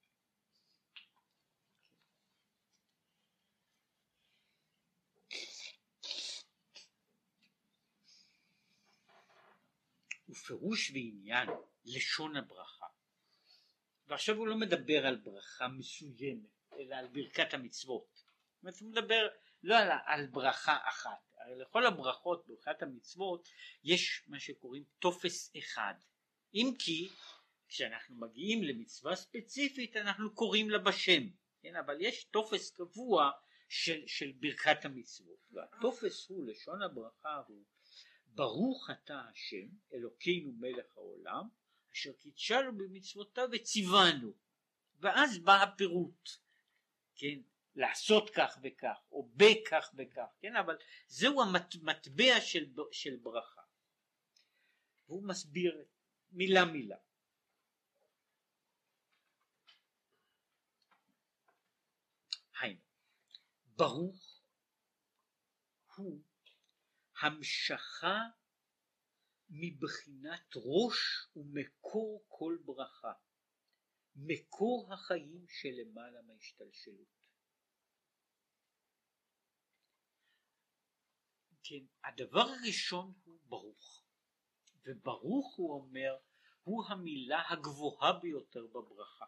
ופירוש ועניין לשון הברכה. ועכשיו הוא לא מדבר על ברכה מסוימת, אלא על ברכת המצוות. זאת אומרת, הוא מדבר לא על, על ברכה אחת. הרי לכל הברכות ברכת המצוות יש מה שקוראים תופס אחד. אם כי כשאנחנו מגיעים למצווה ספציפית אנחנו קוראים לה בשם. כן? אבל יש תופס קבוע של, של ברכת המצוות. והתופס הוא, לשון הברכה הוא, ברוך אתה השם אלוקינו מלך העולם אשר קידשנו במצוותיו וציוונו. ואז בא הפירוט, כן, לעשות כך וכך או בכך וכך, כן, אבל זהו המטבע של, של ברכה. והוא מסביר מילה מילה. היינו, ברוך הוא המשכה מבחינת ראש ומקור כל ברכה, מקור החיים שלמעלה מהשתלשלות. כן, הדבר הראשון הוא ברוך, וברוך הוא אומר הוא המילה הגבוהה ביותר בברכה,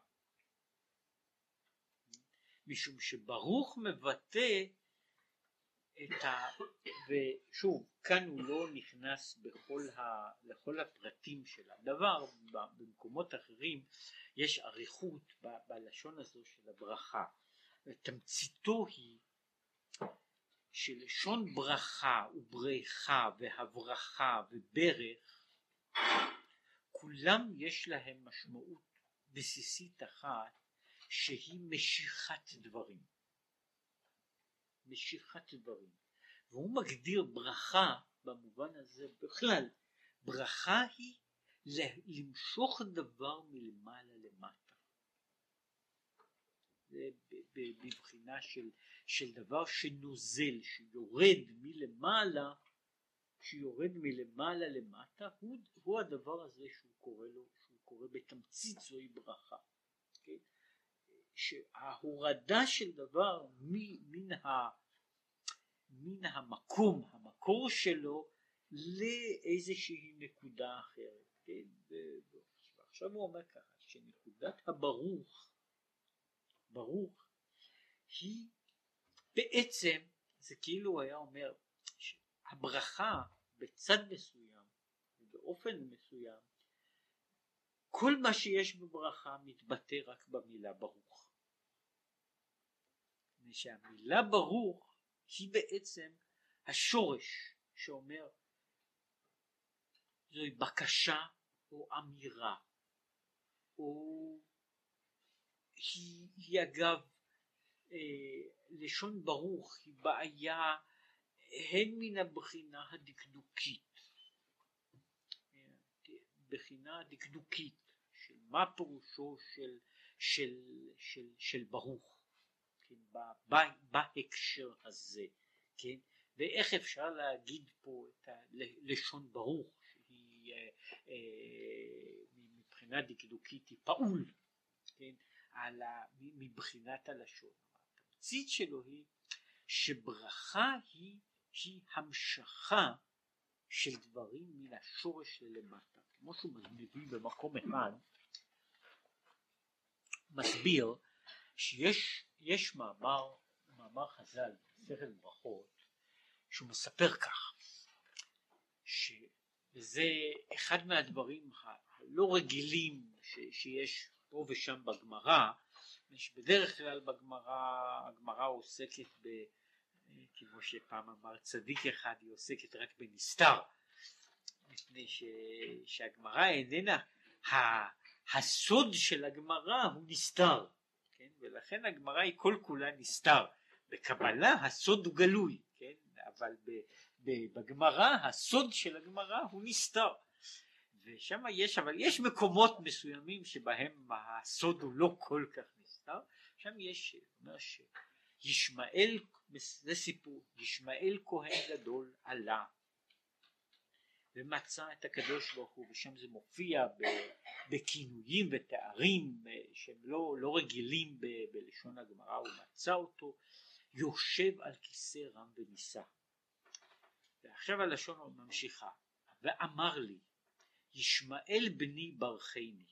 משום שברוך מבטא את ה... ושוב, כאן הוא לא נכנס בכל ה... לכל הפרטים של הדבר, במקומות אחרים יש אריכות ב... בלשון הזו של הברכה, ותמציתו היא שלשון ברכה ובריכה והברכה וברך, כולם יש להם משמעות בסיסית אחת, שהיא משיכת דברים. משיכת דברים. והוא מגדיר ברכה במובן הזה בכלל. ברכה היא למשוך דבר מלמעלה למטה. זה בבחינה של, של דבר שנוזל, שיורד מלמעלה, שיורד מלמעלה למטה, הוא, הוא הדבר הזה שהוא קורא לו, שהוא קורא בתמצית זוהי ברכה. כן? שההורדה של דבר מן, ה, מן המקום, המקור שלו, לאיזושהי נקודה אחרת. כן? ועכשיו הוא אומר ככה, שנקודת הברוך, ברוך, היא בעצם, זה כאילו היה אומר, הברכה בצד מסוים, באופן מסוים, כל מה שיש בברכה מתבטא רק במילה ברוך. ושהמילה ברוך היא בעצם השורש שאומר, זוהי בקשה או אמירה, או היא, היא אגב, אה, לשון ברוך היא בעיה הן מן הבחינה הדקדוקית, בחינה הדקדוקית של מה פירושו של, של, של, של ברוך, כן, בהקשר הזה, כן, ואיך אפשר להגיד פה את הלשון ברוך שהיא אה, אה, מבחינה דקדוקית היא פעול, כן, על ה, מבחינת הלשון. התמצית שלו היא שברכה היא, היא המשכה של דברים מן השורש שלמטה, כמו שהוא מביא במקום אחד, מסביר שיש יש מאמר, מאמר חז"ל, מסכת ברכות, שהוא מספר כך, שזה אחד מהדברים הלא רגילים ש, שיש פה ושם בגמרא, שבדרך כלל בגמרא, הגמרא עוסקת ב... כמו שפעם אמר צדיק אחד, היא עוסקת רק בנסתר, מפני ש... שהגמרא איננה, ה... הסוד של הגמרא הוא נסתר, כן? ולכן הגמרא היא כל כולה נסתר. בקבלה הסוד הוא גלוי, כן? אבל ב... ב... בגמרא הסוד של הגמרא הוא נסתר. ושם יש, אבל יש מקומות מסוימים שבהם הסוד הוא לא כל כך נסתר. שם יש, אומר שישמעאל, זה סיפור, ישמעאל כהן גדול עלה ומצא את הקדוש ברוך הוא, ושם זה מופיע בכינויים ותארים שהם לא, לא רגילים ב, בלשון הגמרא. הוא מצא אותו יושב על כיסא רם ונישא. ועכשיו הלשון ממשיכה, ואמר לי, ישמעאל בני ברכני.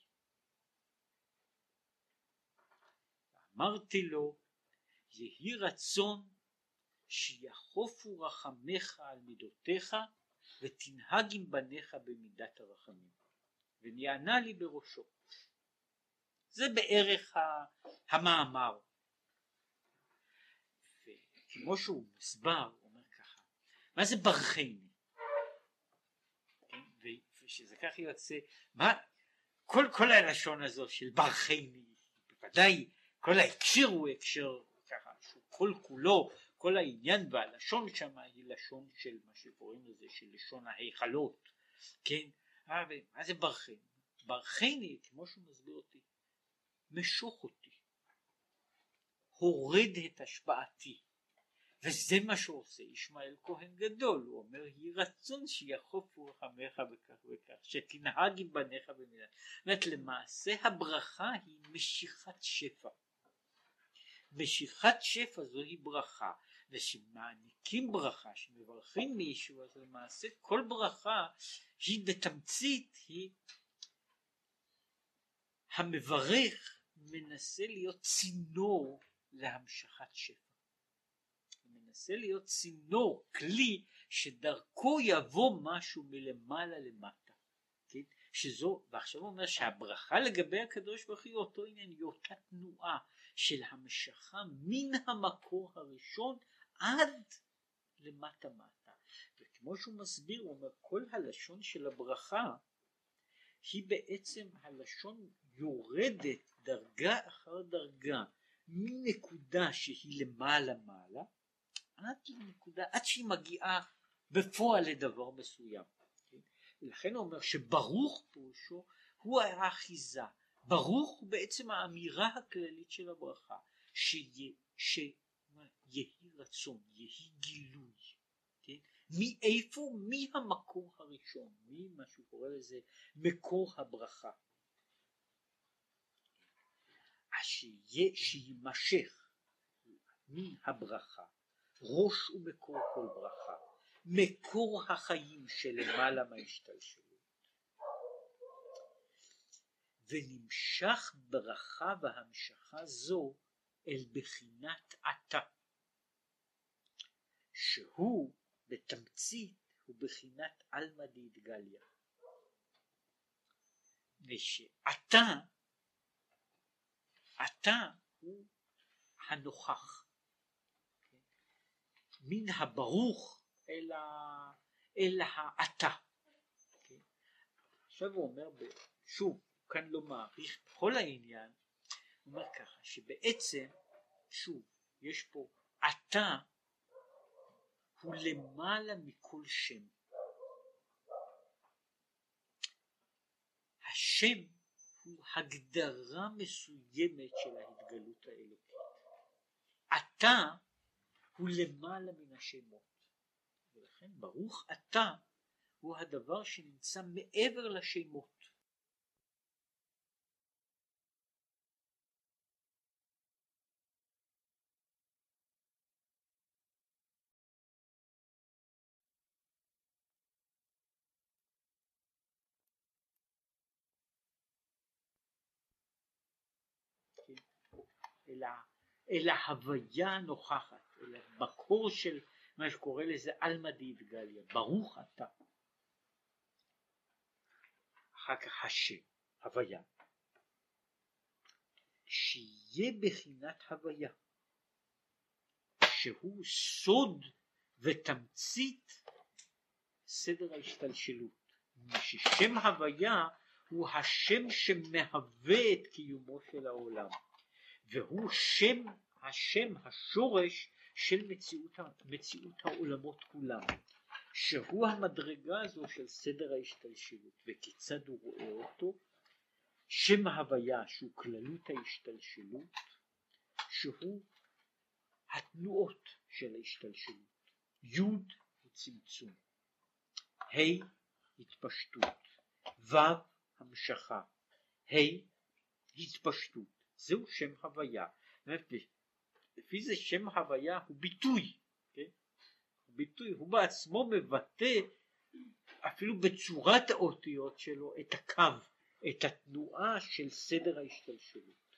אמרתי לו, יהי רצון שיחופו רחמך על מידותיך ותנהג עם בניך במידת הרחמים. ונענה לי בראשו. זה בערך המאמר. וכמו שהוא מוסבר, הוא אומר ככה, מה זה ברכני? ושזה ככה יוצא, מה, כל, כל הלשון הזו של ברכני, בוודאי כל ההקשר הוא הקשר ככה, שהוא כל כולו, כל העניין והלשון שם היא לשון של מה שקוראים לזה, של לשון ההיכלות, כן? מה זה ברכני? ברכני, כמו שהוא מסביר אותי, משוך אותי, הורד את השפעתי, וזה מה שהוא עושה ישמעאל כהן גדול. הוא אומר, יהי רצון שיחופו רחמך בכך וכך, שתנהג עם בניך במידה. זאת אומרת, למעשה הברכה היא משיכת שפע. משיכת שפע זוהי ברכה, ושמעניקים ברכה, שמברכים מישהו, אז למעשה כל ברכה היא בתמצית, היא המברך מנסה להיות צינור להמשכת שפע. הוא מנסה להיות צינור, כלי, שדרכו יבוא משהו מלמעלה למטה. כן? שזו, ועכשיו הוא אומר שהברכה לגבי הקדוש ברוך הוא אותו עניין, היא אותה תנועה של המשכה מן המקור הראשון עד למטה מטה. וכמו שהוא מסביר, הוא אומר, כל הלשון של הברכה היא בעצם הלשון יורדת דרגה אחר דרגה מנקודה שהיא למעלה מעלה עד לנקודה, עד שהיא מגיעה בפועל לדבר מסוים. ולכן הוא אומר שברוך פירושו הוא האחיזה. ברוך הוא בעצם האמירה הכללית של הברכה, שיהי, שיהי רצון, יהי גילוי. כן? מאיפה? מהמקור הראשון, ממה שהוא קורא לזה מקור הברכה. שיהיה, שימשך מהברכה, ראש ומקור כל ברכה, מקור החיים שלמעלה מההשתלשלות, ונמשך ברכה והמשכה זו אל בחינת עתה, שהוא בתמצית הוא בחינת עלמא דאתגליא, ושעתה עתה הוא הנוכח, מן הברוך אל, ה... אל העתה. עכשיו הוא אומר, שוב, כאן לא מעריך בכל העניין, הוא אומר ככה, שבעצם, שוב, יש פה עתה, הוא למעלה מכל שם. השם הוא הגדרה מסוימת של ההתגלות האלוקית. עתה הוא למעלה מן השמות. ולכן ברוך אתה הוא הדבר שנמצא מעבר לשמות. אלא, אלא הוויה הנוכחת, אלא מקור של מה שקורא לזה עלמא דאתגליא, ברוך אתה. אחר כך השם, הוויה, שיהיה בחינת הוויה, שהוא סוד ותמצית סדר ההשתלשלות. ששם הוויה הוא השם שמהווה את קיומו של העולם, והוא שם, השם, השורש של מציאות, מציאות העולמות כולם, שהוא המדרגה הזו של סדר ההשתלשלות. וכיצד הוא רואה אותו? שם הוויה שהוא כללות ההשתלשלות, שהוא התנועות של ההשתלשלות. י' הוא צמצום, ה' התפשטות, ו' המשכה, ה' התפשטות. זהו שם הוויה. לפי זה שם הוויה הוא ביטוי, כן? הוא ביטוי, הוא בעצמו מבטא אפילו בצורת האותיות שלו את הקו, את התנועה של סדר ההשתלשלות.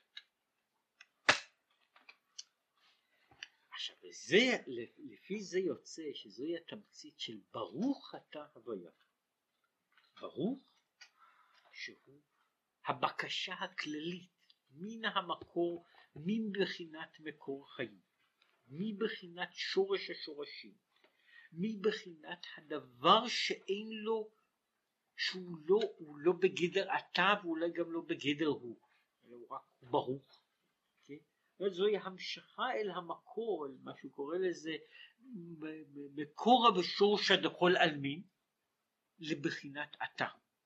עכשיו זה, לפי זה יוצא שזוהי התמצית של ברוך אתה הוויה. ברוך שהוא הבקשה הכללית מן המקור, מבחינת מקור חיים, מבחינת שורש השורשים, מבחינת הדבר שאין לו, שהוא לא, הוא לא בגדר אתה ואולי גם לא בגדר הוא, אלא הוא רק ברוך. Okay? זוהי המשכה אל המקור, אל מה שהוא קורא לזה מקורה ושורשה דכל עלמין, לבחינת אתה,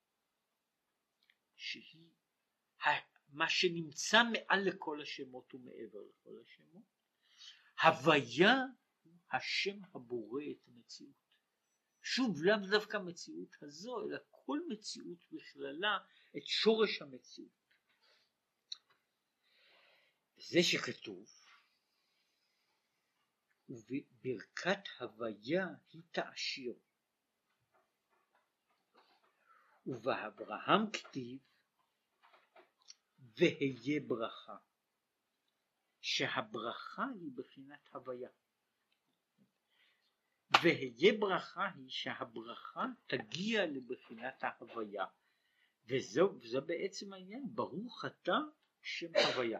שהיא מה שנמצא מעל לכל השמות ומעבר לכל השמות. הוויה הוא השם הבורא את המציאות. שוב, לאו דווקא המציאות הזו, אלא כל מציאות בכללה, את שורש המציאות. זה שכתוב, וברכת הוויה היא תעשיר. ובאברהם כתיב, והיה ברכה, שהברכה היא בחינת הוויה. והיה ברכה היא שהברכה תגיע לבחינת ההוויה, וזו, וזה בעצם העניין, ברוך אתה שם הוויה.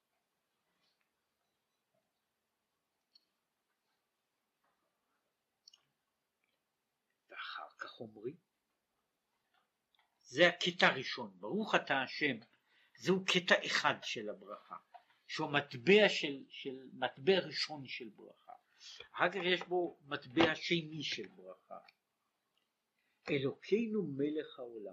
ואחר כך אומרים, זה הקטע הראשון, ברוך אתה השם, זהו קטע אחד של הברכה, שהוא מטבע של, של מטבע ראשון של ברכה. אחר כך יש בו מטבע שני של ברכה, אלוקינו מלך העולם,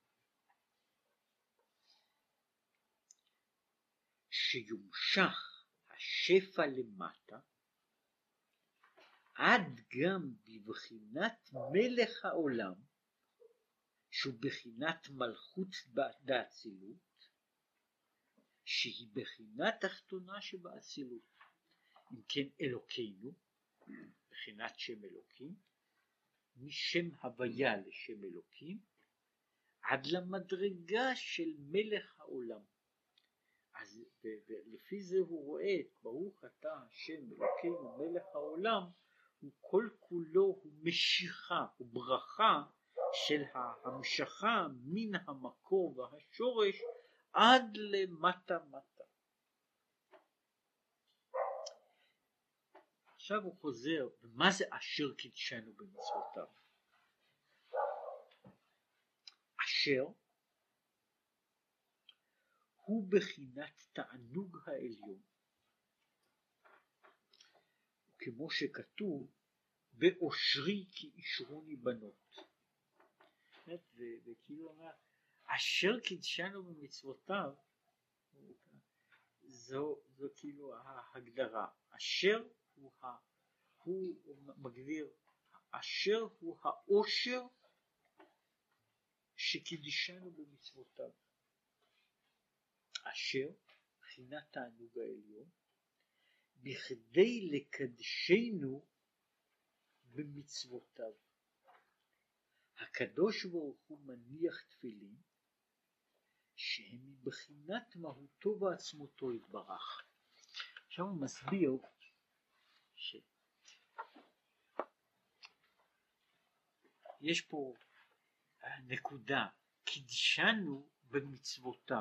שיומשך השפע למטה עד גם בבחינת מלך העולם, שהוא בחינת מלכות באצילות, שהיא בחינת תחתונה שבאצילות. אם כן, אלוקינו בחינת שם אלוקים, משם הוויה לשם אלוקים, עד למדרגה של מלך העולם. אז ולפי זה הוא רואה את ברוך אתה השם אלוקינו מלך העולם, הוא כל כולו הוא משיכה, הוא ברכה של ההמשכה מן המקור והשורש עד למטה מטה. עכשיו הוא חוזר, ומה זה אשר קידשנו במצוותיו? אשר הוא בחינת תענוג העליון, כמו שכתוב באושרי כי אישרוני בנות. וכאילו אומר אשר קידשנו במצוותיו, זו, זו כאילו ההגדרה. אשר הוא, ה, הוא מגדיר, אשר הוא האושר שקידשנו במצוותיו. אשר בחינת תענוג העליון, בכדי לקדשנו במצוותיו. הקדוש ברוך הוא מניח תפילין שהם מבחינת מהותו ועצמותו יתברך. עכשיו הוא מסביר שיש פה נקודה, קידשנו במצוותיו.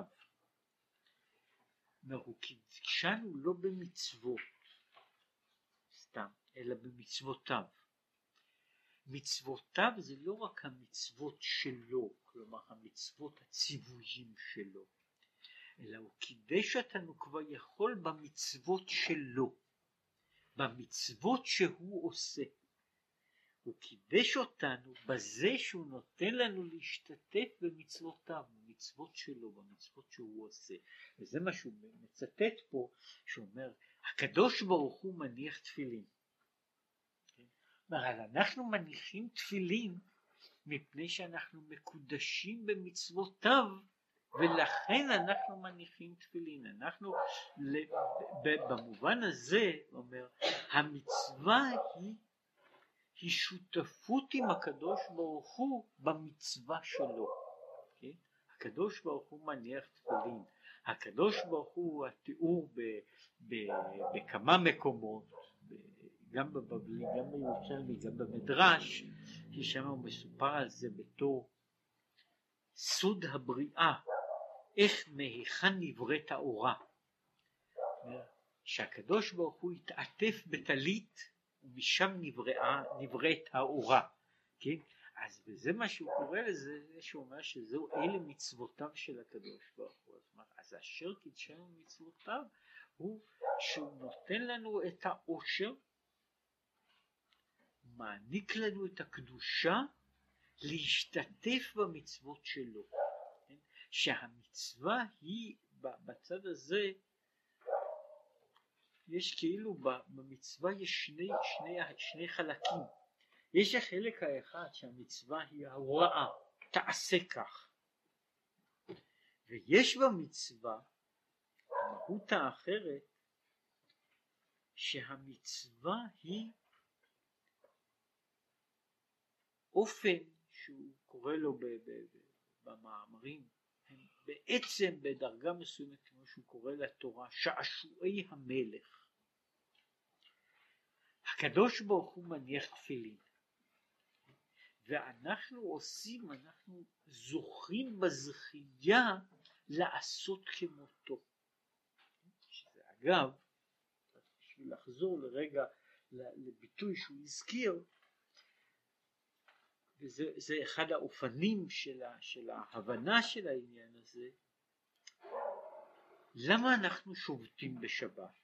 הוא קידשנו לא במצוות סתם, אלא במצוותיו. מצוותיו זה לא רק המצוות שלו, כלומר המצוות הציוויים שלו, אלא הוא קידש אותנו כבר יכול במצוות שלו, במצוות שהוא עושה. הוא קידש אותנו בזה שהוא נותן לנו להשתתף במצוותיו, במצוות שלו, במצוות שהוא עושה. וזה מה שהוא מצטט פה, שהוא אומר, הקדוש ברוך הוא מניח תפילין. אבל אנחנו מניחים תפילין מפני שאנחנו מקודשים במצוותיו, ולכן אנחנו מניחים תפילין. אנחנו במובן הזה אומר, המצווה היא היא שותפות עם הקדוש ברוך הוא במצווה שלו. כן? הקדוש ברוך הוא מניח תפילין. הקדוש ברוך הוא התיאור ב, ב, בכמה מקומות, ב, גם בבבלי, גם בירושלמי, גם במדרש, ששם הוא מסופר על זה בתור סוד הבריאה, איך מהיכן נבראת האורה. שהקדוש ברוך הוא התעטף בטלית, ומשם נבראה, נבראת האורה. כן? אז וזה מה שהוא קורא לזה, שהוא אומר שזהו אלה מצוותיו של הקדוש ברוך הוא. אז אשר קידשנו מצוותיו הוא שהוא נותן לנו את העושר, מעניק לנו את הקדושה להשתתף במצוות שלו. כן? שהמצווה היא בצד הזה, יש כאילו במצווה יש שני, שני, שני חלקים. יש החלק האחד שהמצווה היא ההוראה, תעשה כך. ויש במצווה המהות האחרת, שהמצווה היא אופן שהוא קורא לו במאמרים, בעצם בדרגה מסוימת, כמו שהוא קורא לתורה, שעשועי המלך. הקדוש ברוך הוא מניח תפילין, ואנחנו עושים, אנחנו זוכים בזכייה לעשות כמותו. שזה אגב, בשביל לחזור לרגע לביטוי שהוא הזכיר, וזה זה אחד האופנים של, ה, של ההבנה של העניין הזה, למה אנחנו שובתים בשבת?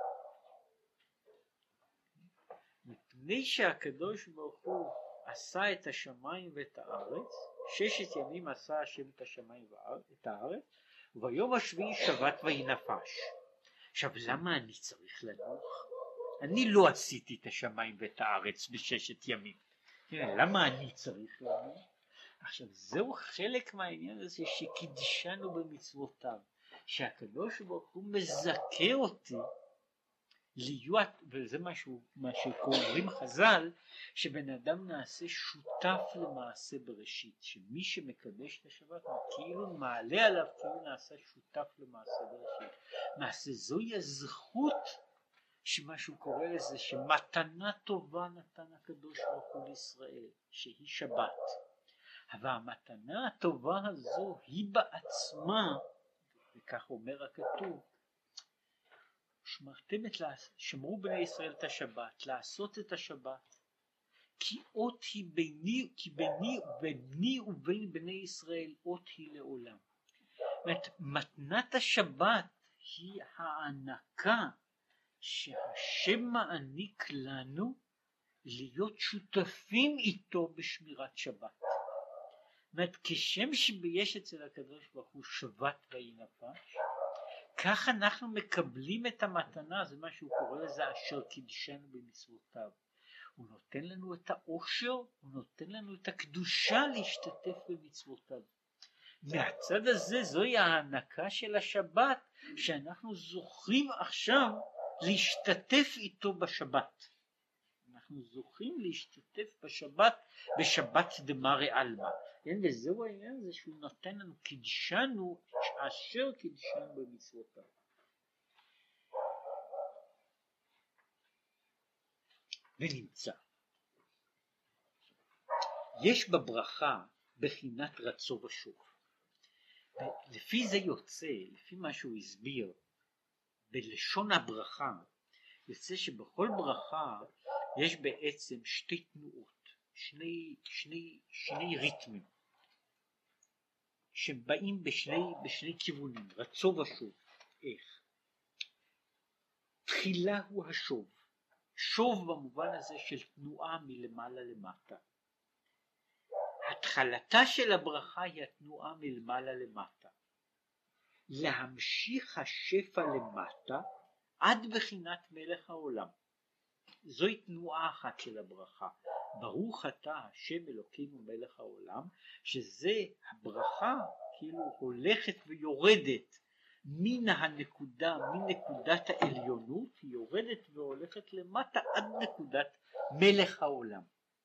מפני שהקדוש ברוך הוא עשה את השמיים ואת הארץ, ששת ימים עשה השם את השמיים ואת הארץ, וביום השביעי שבת ויהי נפש. עכשיו למה אני צריך לנוח? אני לא עשיתי את השמיים ואת הארץ בששת ימים. למה אני צריך לנוח? עכשיו זהו חלק מהעניין הזה שקידשנו במצוותיו, שהקדוש ברוך הוא מזכה אותי להיות, וזה משהו, מה שקוראים חז"ל, שבן אדם נעשה שותף למעשה בראשית, שמי שמקדש את השבת כאילו מעלה עליו כאילו נעשה שותף למעשה בראשית. מעשה זוהי הזכות שמה שהוא קורא לזה, שמתנה טובה נתן הקדוש ברוך הוא לישראל, שהיא שבת. אבל המתנה הטובה הזו היא בעצמה, וכך אומר הכתוב, שמרתם את, שמרו בני ישראל את השבת, לעשות את השבת, כי אות היא ביני, כי ביני, ביני ובין בני ישראל אות היא לעולם. זאת מתנת השבת היא הענקה שהשם מעניק לנו להיות שותפים איתו בשמירת שבת. זאת אומרת, כשם שיש אצל הקדוש ברוך הוא שבת ויהי נפש, כך אנחנו מקבלים את המתנה, זה מה שהוא קורא לזה, אשר קידשנו במצוותיו. הוא נותן לנו את האושר, הוא נותן לנו את הקדושה להשתתף במצוותיו. מהצד הזה זוהי ההענקה של השבת, שאנחנו זוכים עכשיו להשתתף איתו בשבת. אנחנו זוכים להשתתף בשבת, בשבת דמרי עלמא. וזהו העניין הזה שהוא נותן לנו, קידשנו אשר קידשנו במצוותיו. ונמצא, יש בברכה בחינת רצו ושוב. לפי זה יוצא, לפי מה שהוא הסביר, בלשון הברכה, יוצא שבכל ברכה יש בעצם שתי תנועות, שני, שני, שני ריתמים, שבאים בשני, בשני כיוונים, רצו ושוב. איך? תחילה הוא השוב, שוב במובן הזה של תנועה מלמעלה למטה. התחלתה של הברכה היא התנועה מלמעלה למטה. להמשיך השפע למטה עד בחינת מלך העולם. זוהי תנועה אחת של הברכה. ברוך אתה השם אלוקינו מלך העולם, שזה הברכה כאילו הולכת ויורדת מן הנקודה, מנקודת העליונות, היא יורדת והולכת למטה עד נקודת מלך העולם.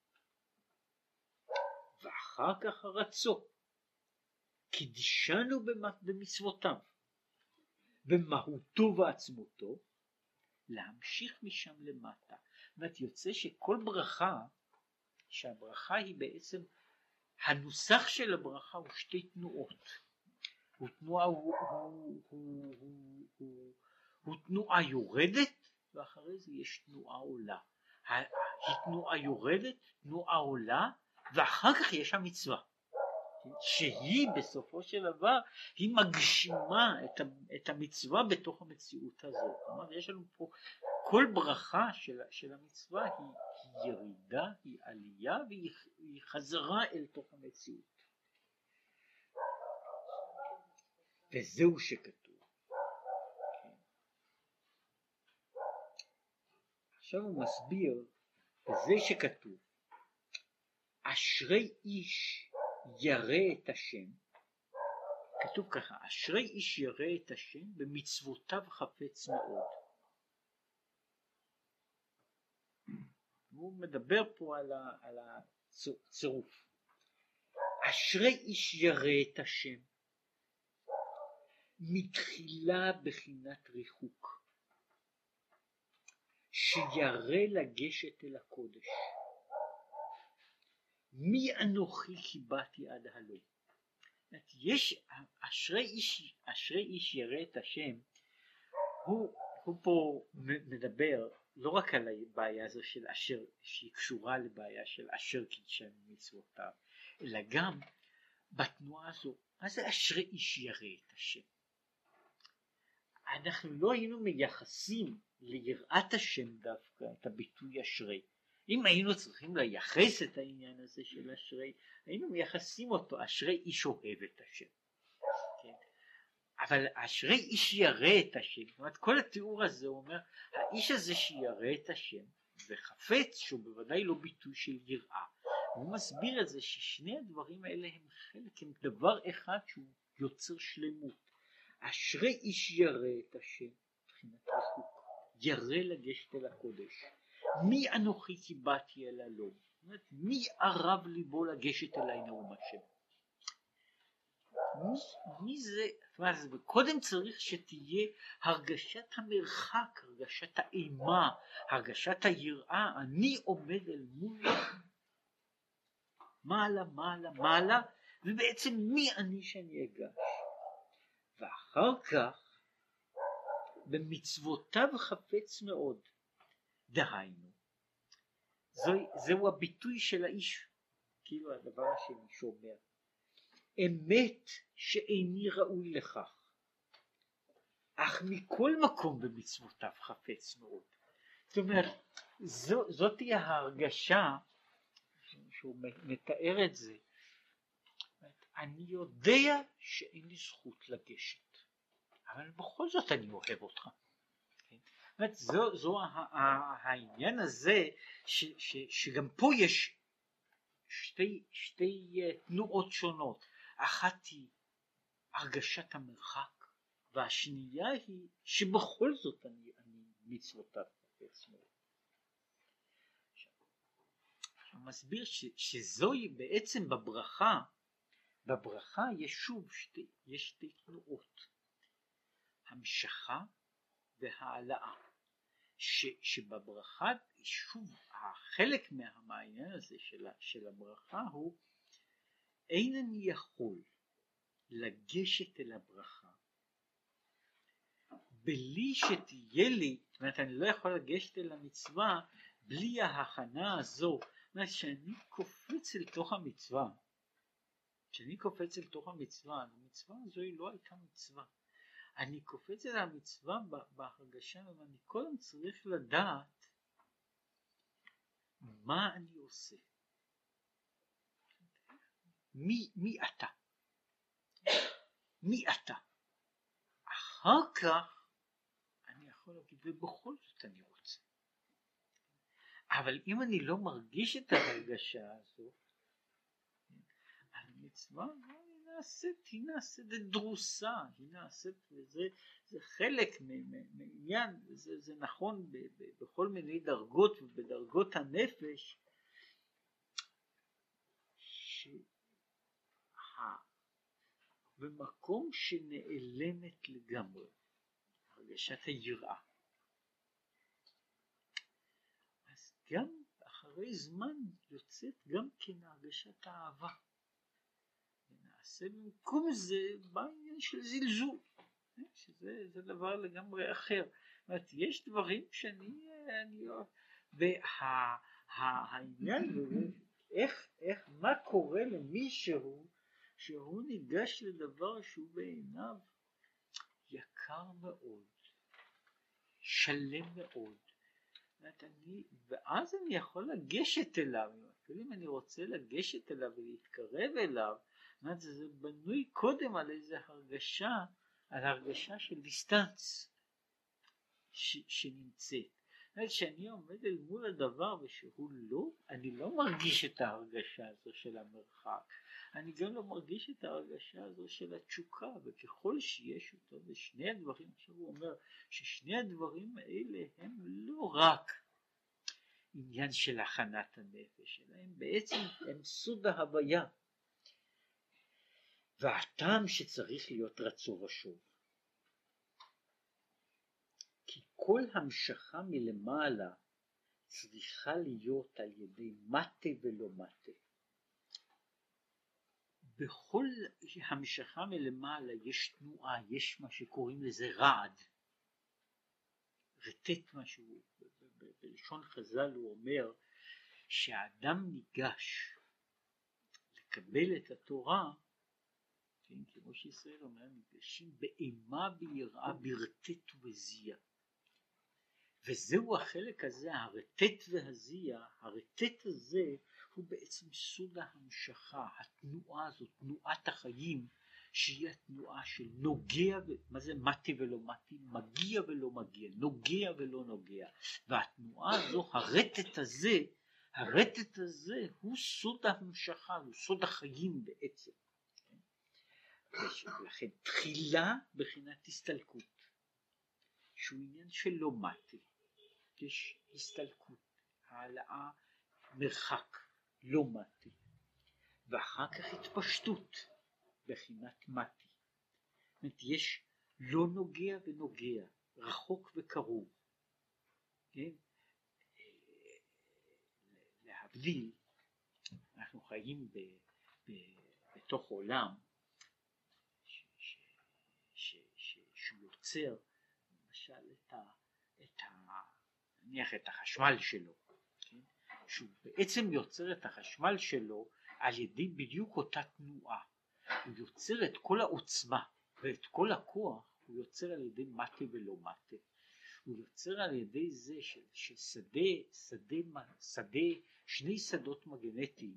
ואחר כך הרצו, קידשנו במצוותיו, במהותו ועצמותו, להמשיך משם למטה. זאת אומרת, יוצא שכל ברכה, שהברכה היא בעצם, הנוסח של הברכה הוא שתי תנועות. הוא תנועה, הוא, הוא, הוא, הוא, הוא, הוא תנועה יורדת, ואחרי זה יש תנועה עולה. היא תנועה יורדת, תנועה עולה, ואחר כך יש המצווה, שהיא בסופו של דבר, היא מגשימה את, את המצווה בתוך המציאות הזאת. כלומר, יש לנו פה, כל ברכה של, של המצווה היא, היא ירידה, היא עלייה, והיא היא חזרה אל תוך המציאות. וזהו שכתוב. עכשיו הוא מסביר, וזה שכתוב, אשרי איש ירא את השם, כתוב ככה, אשרי איש ירא את השם במצוותיו חפץ מאוד. הוא מדבר פה על, ה, על הצירוף. אשרי איש ירא את השם, מתחילה בחינת ריחוק, שירא לגשת אל הקודש. מי אנוכי כי באתי עד הלום. יש, אשרי איש, אשרי איש ירא את השם, הוא, הוא פה מדבר לא רק על הבעיה הזו של אשר, שהיא קשורה לבעיה של אשר קידשנו מצוותיו, אלא גם בתנועה הזו, מה זה אשרי איש ירא את השם? אנחנו לא היינו מייחסים ליראת השם דווקא את הביטוי אשרי. אם היינו צריכים לייחס את העניין הזה של אשרי, היינו מייחסים אותו אשרי איש אוהב את השם. כן? אבל אשרי איש ירא את השם, זאת אומרת כל התיאור הזה אומר, האיש הזה שירא את השם וחפץ, שהוא בוודאי לא ביטוי של יראה, הוא מסביר את זה ששני הדברים האלה הם חלק, הם דבר אחד שהוא יוצר שלמות. אשרי איש ירא את השם, מבחינת ריחוק, ירא לגשת אל הקודש. מי אנוכי כי באתי אל הלום? זאת אומרת, מי ערב ליבו לגשת אליי נאום השם? מי, מי זה? זאת אומרת, קודם צריך שתהיה הרגשת המרחק, הרגשת האימה, הרגשת היראה. אני עומד אל מול מעלה, מעלה, מעלה, ובעצם מי אני שאני אגש? ואחר כך, במצוותיו חפץ מאוד. דהיינו, זו, זהו הביטוי של האיש, כאילו הדבר השני שאומר, אמת שאיני ראוי לכך, אך מכל מקום במצוותיו חפץ מאוד. זאת אומרת, זו, זאת היא ההרגשה שהוא מתאר את זה. אני יודע שאין לי זכות לגשת, אבל בכל זאת אני אוהב אותך. זו, זו העניין הזה ש, ש, שגם פה יש שתי, שתי תנועות שונות. אחת היא הרגשת המרחק, והשנייה היא שבכל זאת אני, אני מצוותיו חפץ מאוד. הוא מסביר ש, שזוהי בעצם בברכה, בברכה יש שוב שתי, יש שתי תנועות, המשכה והעלאה. ש, שבברכה שוב החלק מהעניין הזה של, של הברכה הוא אינני יכול לגשת אל הברכה בלי שתהיה לי, זאת אומרת אני לא יכול לגשת אל המצווה בלי ההכנה הזו. זאת אומרת שאני קופץ אל תוך המצווה, כשאני קופץ אל תוך המצווה, המצווה הזו היא לא הייתה מצווה, אני קופץ אל המצווה בהרגשה, ואני קודם צריך לדעת מה אני עושה. מי, מי אתה? מי אתה? אחר כך אני יכול להגיד, ובכל זאת אני רוצה. אבל אם אני לא מרגיש את ההרגשה הזו, המצווה היא נעשית, היא נעשית דרוסה, היא נעשית, וזה זה חלק מעניין, זה, זה נכון ב, ב, בכל מיני דרגות ובדרגות הנפש, במקום שנעלמת לגמרי הרגשת היראה, אז גם אחרי זמן יוצאת גם כן הרגשת האהבה, ונעשה במקום זה בעניין של זלזול, שזה זה דבר לגמרי אחר. זאת אומרת, יש דברים שאני אני, והעניין הוא איך, איך, מה קורה למישהו שהוא ניגש לדבר שהוא בעיניו יקר מאוד, שלם מאוד, אני, ואז אני יכול לגשת אליו, אפילו אם אני רוצה לגשת אליו ולהתקרב אליו, זה, זה בנוי קודם על איזו הרגשה, על הרגשה של דיסטנס ש, שנמצאת. שאני עומד אל מול הדבר ושהוא לא, אני לא מרגיש את ההרגשה הזו של המרחק, אני גם לא מרגיש את ההרגשה הזו של התשוקה, וככל שיש אותו, ושני הדברים, עכשיו הוא אומר ששני הדברים האלה הם לא רק עניין של הכנת הנפש, אלא הם בעצם הם סוד ההוויה, והטעם שצריך להיות רצו ושוב. כל המשכה מלמעלה צריכה להיות על ידי מטה ולא מטה. בכל המשכה מלמעלה יש תנועה, יש מה שקוראים לזה רעד, רטט משהו, בלשון חז"ל הוא אומר שהאדם ניגש לקבל את התורה, כן, כמו שישראל אומר, ניגשים באימה ביראה, ברטט ובזיע. וזהו החלק הזה, הרטט והזיע. הרטט הזה הוא בעצם סוד ההמשכה, התנועה הזאת, תנועת החיים, שהיא התנועה של נוגע, מה זה מטה ולא מטה, מגיע ולא מגיע, נוגע ולא נוגע. והתנועה הזו, הרטט הזה, הרטט הזה הוא סוד ההמשכה, הוא סוד החיים בעצם. ולכן תחילה בחינת הסתלקות, שהוא עניין של לא מטה, יש הסתלקות, העלאה, מרחק, לא מטה, ואחר כך התפשטות בחינת מטה. זאת אומרת, יש לא נוגע ונוגע, רחוק וקרוב, כן? להבדיל, אנחנו חיים ב, ב, בתוך עולם ש, ש, ש, ש, שהוא יוצר למשל את, ה, את, ה, נניח את החשמל שלו, כן? שהוא בעצם יוצר את החשמל שלו על ידי בדיוק אותה תנועה. הוא יוצר את כל העוצמה ואת כל הכוח, הוא יוצר על ידי מטה ולא מטה. הוא יוצר על ידי זה ששדה, שדה, שדה, שני שדות מגנטיים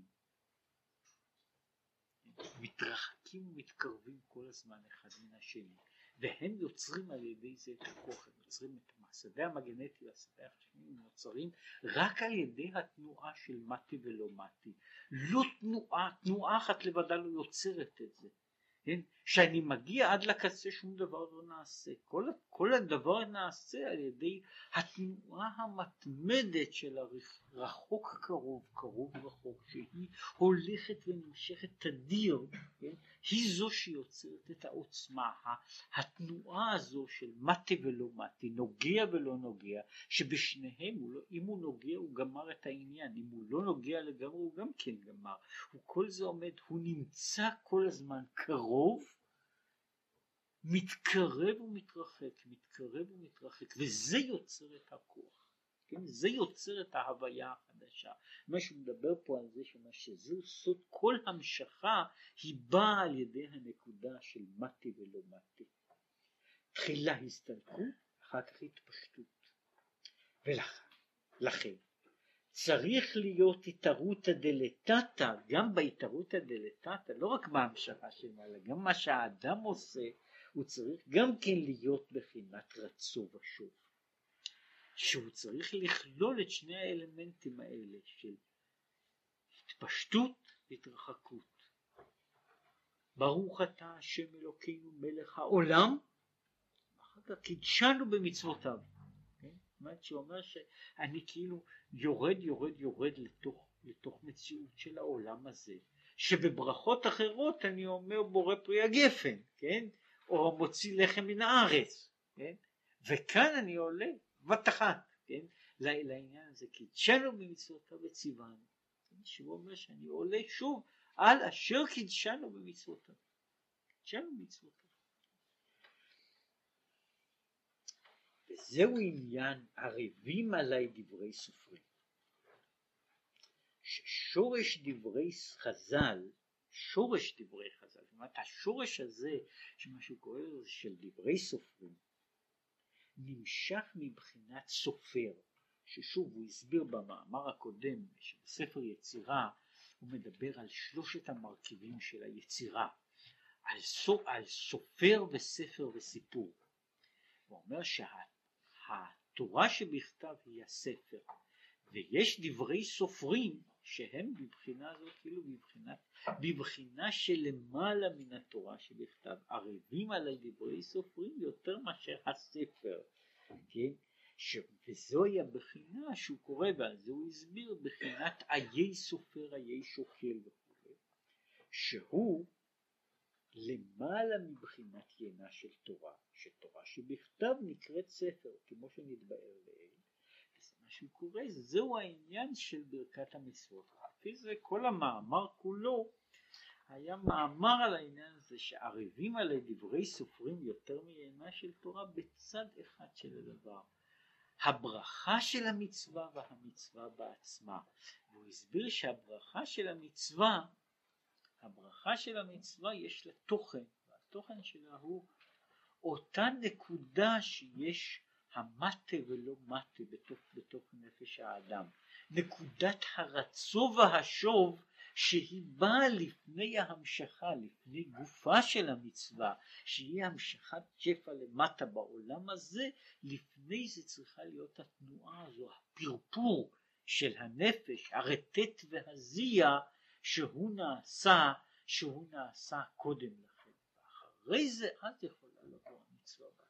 מתרחקים ומתקרבים כל הזמן אחד מן השני, והם יוצרים על ידי זה את הכוח. הם יוצרים את השדה המגנטי והשדה החשמלי, הם נוצרים רק על ידי התנועה של מטה ולא מטה. לא תנועה, תנועה אחת לבדה לא יוצרת את זה. כן? שאני מגיע עד לקצה שום דבר לא נעשה, כל, כל הדבר נעשה על ידי התנועה המתמדת של הרחוק קרוב, קרוב רחוק, שהיא הולכת ונמשכת תדיר, כן? היא זו שיוצרת את העוצמה, התנועה הזו של מטה ולא מטה, נוגע ולא נוגע, שבשניהם הוא לא, אם הוא נוגע הוא גמר את העניין, אם הוא לא נוגע לגמרי הוא גם כן גמר. וכל זה עומד, הוא נמצא כל הזמן קרוב, מתקרב ומתרחק, מתקרב ומתרחק, וזה יוצר את הכוח, כן? זה יוצר את ההוויה החדשה. מה שמדבר פה על זה, שמה שזהו סוד כל המשכה, היא באה על ידי הנקודה של מטה ולא מטה. תחילה הסתלקות, אחר כך התפשטות. ולכן צריך להיות התערותא דלתתא, גם בהתערותא דלתתא, לא רק בהמשכה של מעלה, גם מה שהאדם עושה, הוא צריך גם כן להיות בחינת רצו ושוב, שהוא צריך לכלול את שני האלמנטים האלה של התפשטות והתרחקות. ברוך אתה השם אלוקינו מלך העולם, ואחר כך קידשנו במצוותיו. זאת אומרת שאומר שאני כאילו יורד יורד יורד לתוך, לתוך מציאות של העולם הזה, שבברכות אחרות אני אומר בורא פרי הגפן, כן? או מוציא לחם מן הארץ, כן? וכאן אני עולה בת אחת, כן? לעניין הזה, קידשנו במצוותיו וציוונו, שהוא אומר שאני עולה שוב על אשר קידשנו במצוותיו, קידשנו במצוותיו. וזהו עניין ערבים עלי דברי סופרים, ששורש דברי חז"ל, שורש דברי חז"ל, זאת אומרת השורש הזה שמה שהוא קורא לזה של דברי סופרים, נמשך מבחינת סופר, ששוב הוא הסביר במאמר הקודם שבספר יצירה הוא מדבר על שלושת המרכיבים של היצירה, על, סו, על סופר וספר וסיפור. הוא אומר שהתורה שבכתב היא הספר, ויש דברי סופרים שהם בבחינה הזאת, כאילו בבחינה, בבחינה שלמעלה מן התורה שבכתב, ערבים על דברי סופרים יותר מאשר הספר, כן? ש... וזוהי הבחינה שהוא קורא, ועל זה הוא הסביר, בחינת איי סופר איי שוקל וכו', שהוא למעלה מבחינת ינה של תורה, שתורה שבכתב נקראת ספר, כמו שנתבאר לעיל, זה מה שהוא קורא, זהו העניין של ברכת המצוות. לפי זה כל המאמר כולו היה מאמר על העניין הזה, שערבים עלי דברי סופרים יותר מינה של תורה בצד אחד של הדבר, הברכה של המצווה והמצווה בעצמה. והוא הסביר שהברכה של המצווה, הברכה של המצווה יש לה תוכן, והתוכן שלה הוא אותה נקודה שיש המטה ולא מטה בתוך, בתוך נפש האדם, נקודת הרצו והשוב שהיא באה לפני ההמשכה, לפני גופה של המצווה, שהיא המשכת שפע למטה בעולם הזה. לפני זה צריכה להיות התנועה הזו, הפרפור של הנפש, הרטט והזיע, שהוא נעשה, שהוא נעשה קודם לכן, ואחרי זה אז יכולה לבוא המצווה.